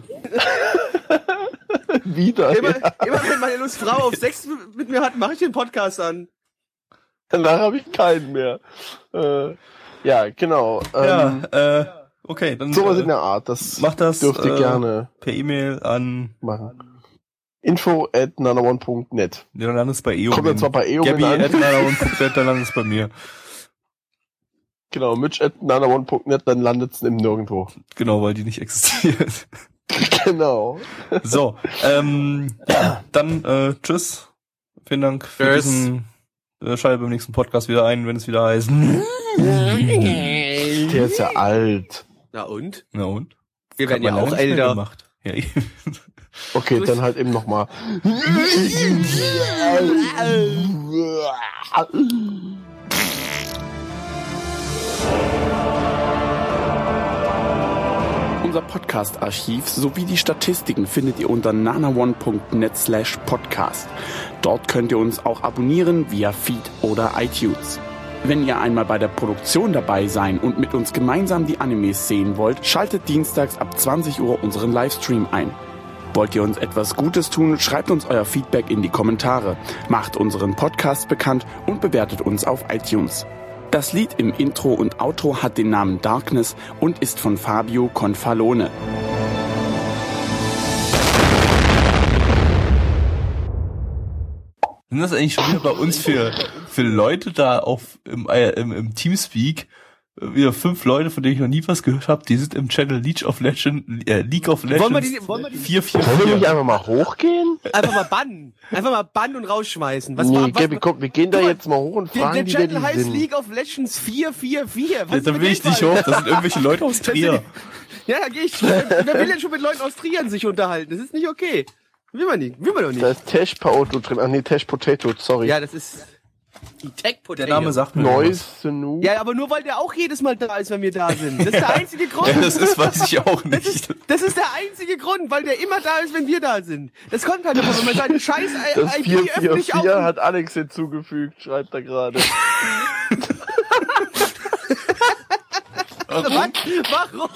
wieder. Immer, Ja. immer wenn meine Lust Frau auf Sex mit mir hat, mache ich den Podcast an. Danach habe ich keinen mehr. Äh, ja, genau. Ähm, Ja, äh, okay, dann sowas äh, in der Art. Das macht das dürft ihr äh, gerne per E-Mail an, machen. Info at nanaone punkt net. ja, dann landest du bei Eomin. Kommt dann zwar bei Eomin Gabby an. at nanaone punkt net, dann landest du bei mir. Genau, Mitch at nanaone punkt net, dann landet es im Nirgendwo. Genau, weil die nicht existiert. Genau. So, ähm, ja, dann äh, tschüss. Vielen Dank für Tschüss. diesen äh, Schalte beim nächsten Podcast wieder ein, wenn es wieder heißt. Der ist ja alt. Na und? Na und? Wir werden Hat ja man auch lange nicht mehr älter. Gemacht. Ja, eben. Okay, dann halt eben nochmal. Unser Podcast-Archiv sowie die Statistiken findet ihr unter nanaone punkt net slash podcast. Dort könnt ihr uns auch abonnieren via Feed oder iTunes. Wenn ihr einmal bei der Produktion dabei sein und mit uns gemeinsam die Animes sehen wollt, schaltet dienstags ab zwanzig Uhr unseren Livestream ein. Wollt ihr uns etwas Gutes tun, schreibt uns euer Feedback in die Kommentare, macht unseren Podcast bekannt und bewertet uns auf iTunes. Das Lied im Intro und Outro hat den Namen Darkness und ist von Fabio Confalone. Sind das eigentlich schon wieder bei uns für, für Leute da auf im, äh, im, im Teamspeak? Wieder fünf Leute, von denen ich noch nie was gehört habe, die sind im Channel League of Legends, äh, League of Legends wollen wir die, wollen wir die, vier vier Wollen wir vier. nicht einfach mal hochgehen? Einfach mal bannen. Einfach mal bannen und rausschmeißen. Was, Nee, was, Gabi, komm, wir gehen da guck mal, jetzt mal hoch und der, fragen, der die, wer Channel die heißt sind. League of Legends vier vier vier. Was Da ist will ich nicht hoch, das sind irgendwelche Leute aus Trier. Ja, da geh ich. Wer will denn schon mit Leuten aus Trier sich unterhalten? Das ist nicht okay. Will man nicht. Will man doch nicht. Da ist Tash Potato drin. Ach nee, Tash Potato, sorry. Ja, das ist die Tech Potato. Der Name sagt mir was. Neues Snu. Ja, aber nur weil der auch jedes Mal da ist, wenn wir da sind. Das ist der einzige Grund. Ja, das ist, weiß ich auch Das nicht. ist, das ist der einzige Grund, weil der immer da ist, wenn wir da sind. Das kommt halt davon, wenn man seine scheiß Das I vier P vier öffentlich vier auf... hat Alex hinzugefügt, schreibt er gerade. Warum? Warum?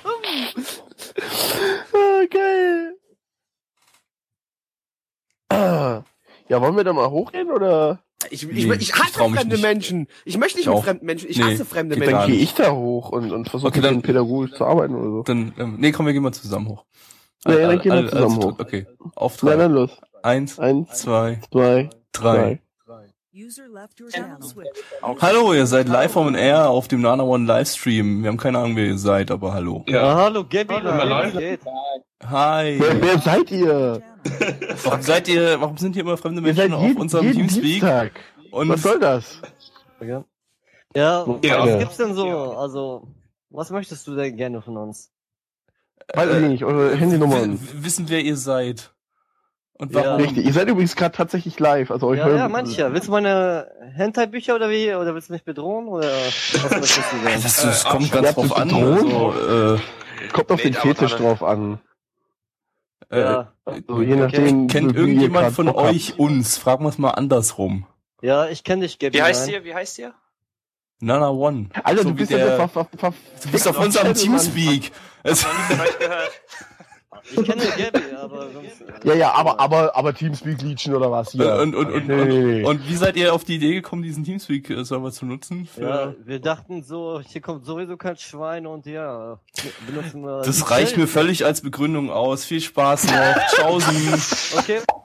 Ah, geil. Ah. Ja, wollen wir da mal hochgehen, oder? Ich, ich, Nee, ich hasse ich trau mich fremde nicht. Menschen. Ich möchte nicht Ich mit auch. fremden Menschen. Ich Nee, hasse fremde geht Dann gar Menschen. gehe nicht. ich da hoch und, und versuche Okay, dann dann- pädagogisch zu arbeiten oder so. Dann, ähm, nee, komm, wir gehen mal zusammen hoch. Ja, Alle- dann gehen wir alle- zusammen alles- hoch. Okay, auf Na drei. dann los. Eins, Eins, zwei, zwei, drei. drei. User left your channel. Hallo, ihr seid live on air auf dem Nana One Livestream. Wir haben keine Ahnung, wer ihr seid, aber hallo. Ja, hallo Gabi, Hallo. wie geht's? Hi. Wer, wer seid ihr? Warum seid ihr, warum sind hier immer fremde Ihr seid Menschen auf jeden, unserem jeden Teamspeak? Dienstag. Und Was soll das? Ja, Ja. was gibt's denn so? Also, was möchtest du denn gerne von uns? Weiß ich nicht, eure Handynummern. w- wissen, wer ihr seid. Und Ja. warum? Richtig, ihr seid übrigens gerade tatsächlich live. Also euch Ja, hören- ja, mancher. Willst du meine Hentai-Bücher oder wie? Oder willst du mich bedrohen? Oder was möchtest du sagen? Das, das kommt Ihr ganz habt drauf das an. bedroht? Also, äh, Kommt auf den Nee, aber Fetisch gerade- drauf an. äh, Ja, Also je nachdem, kennt wie ihr irgendjemand grad von Bock habt. euch uns? Fragen wir es mal andersrum. ja, ich kenne dich, Gabi. Wie heißt nein. ihr? Wie heißt ihr? Nana One. Alter, So du wie bist der- ja der ver, ver, ver, Du bist auf unserem Teamspeak. Es, Noch nie von euch gehört. Ich kenne Gabi, aber sonst... Ja, ja, aber, aber, aber Teamspeak leechen oder was hier? und, und, und, Nee, nee, nee. und, und wie seid ihr auf die Idee gekommen, diesen Teamspeak-Server zu nutzen? Für, Ja, wir dachten so, hier kommt sowieso kein Schwein und ja, benutzen wir... das reicht mir völlig als Begründung aus. Viel Spaß noch. Tschaußen. Okay.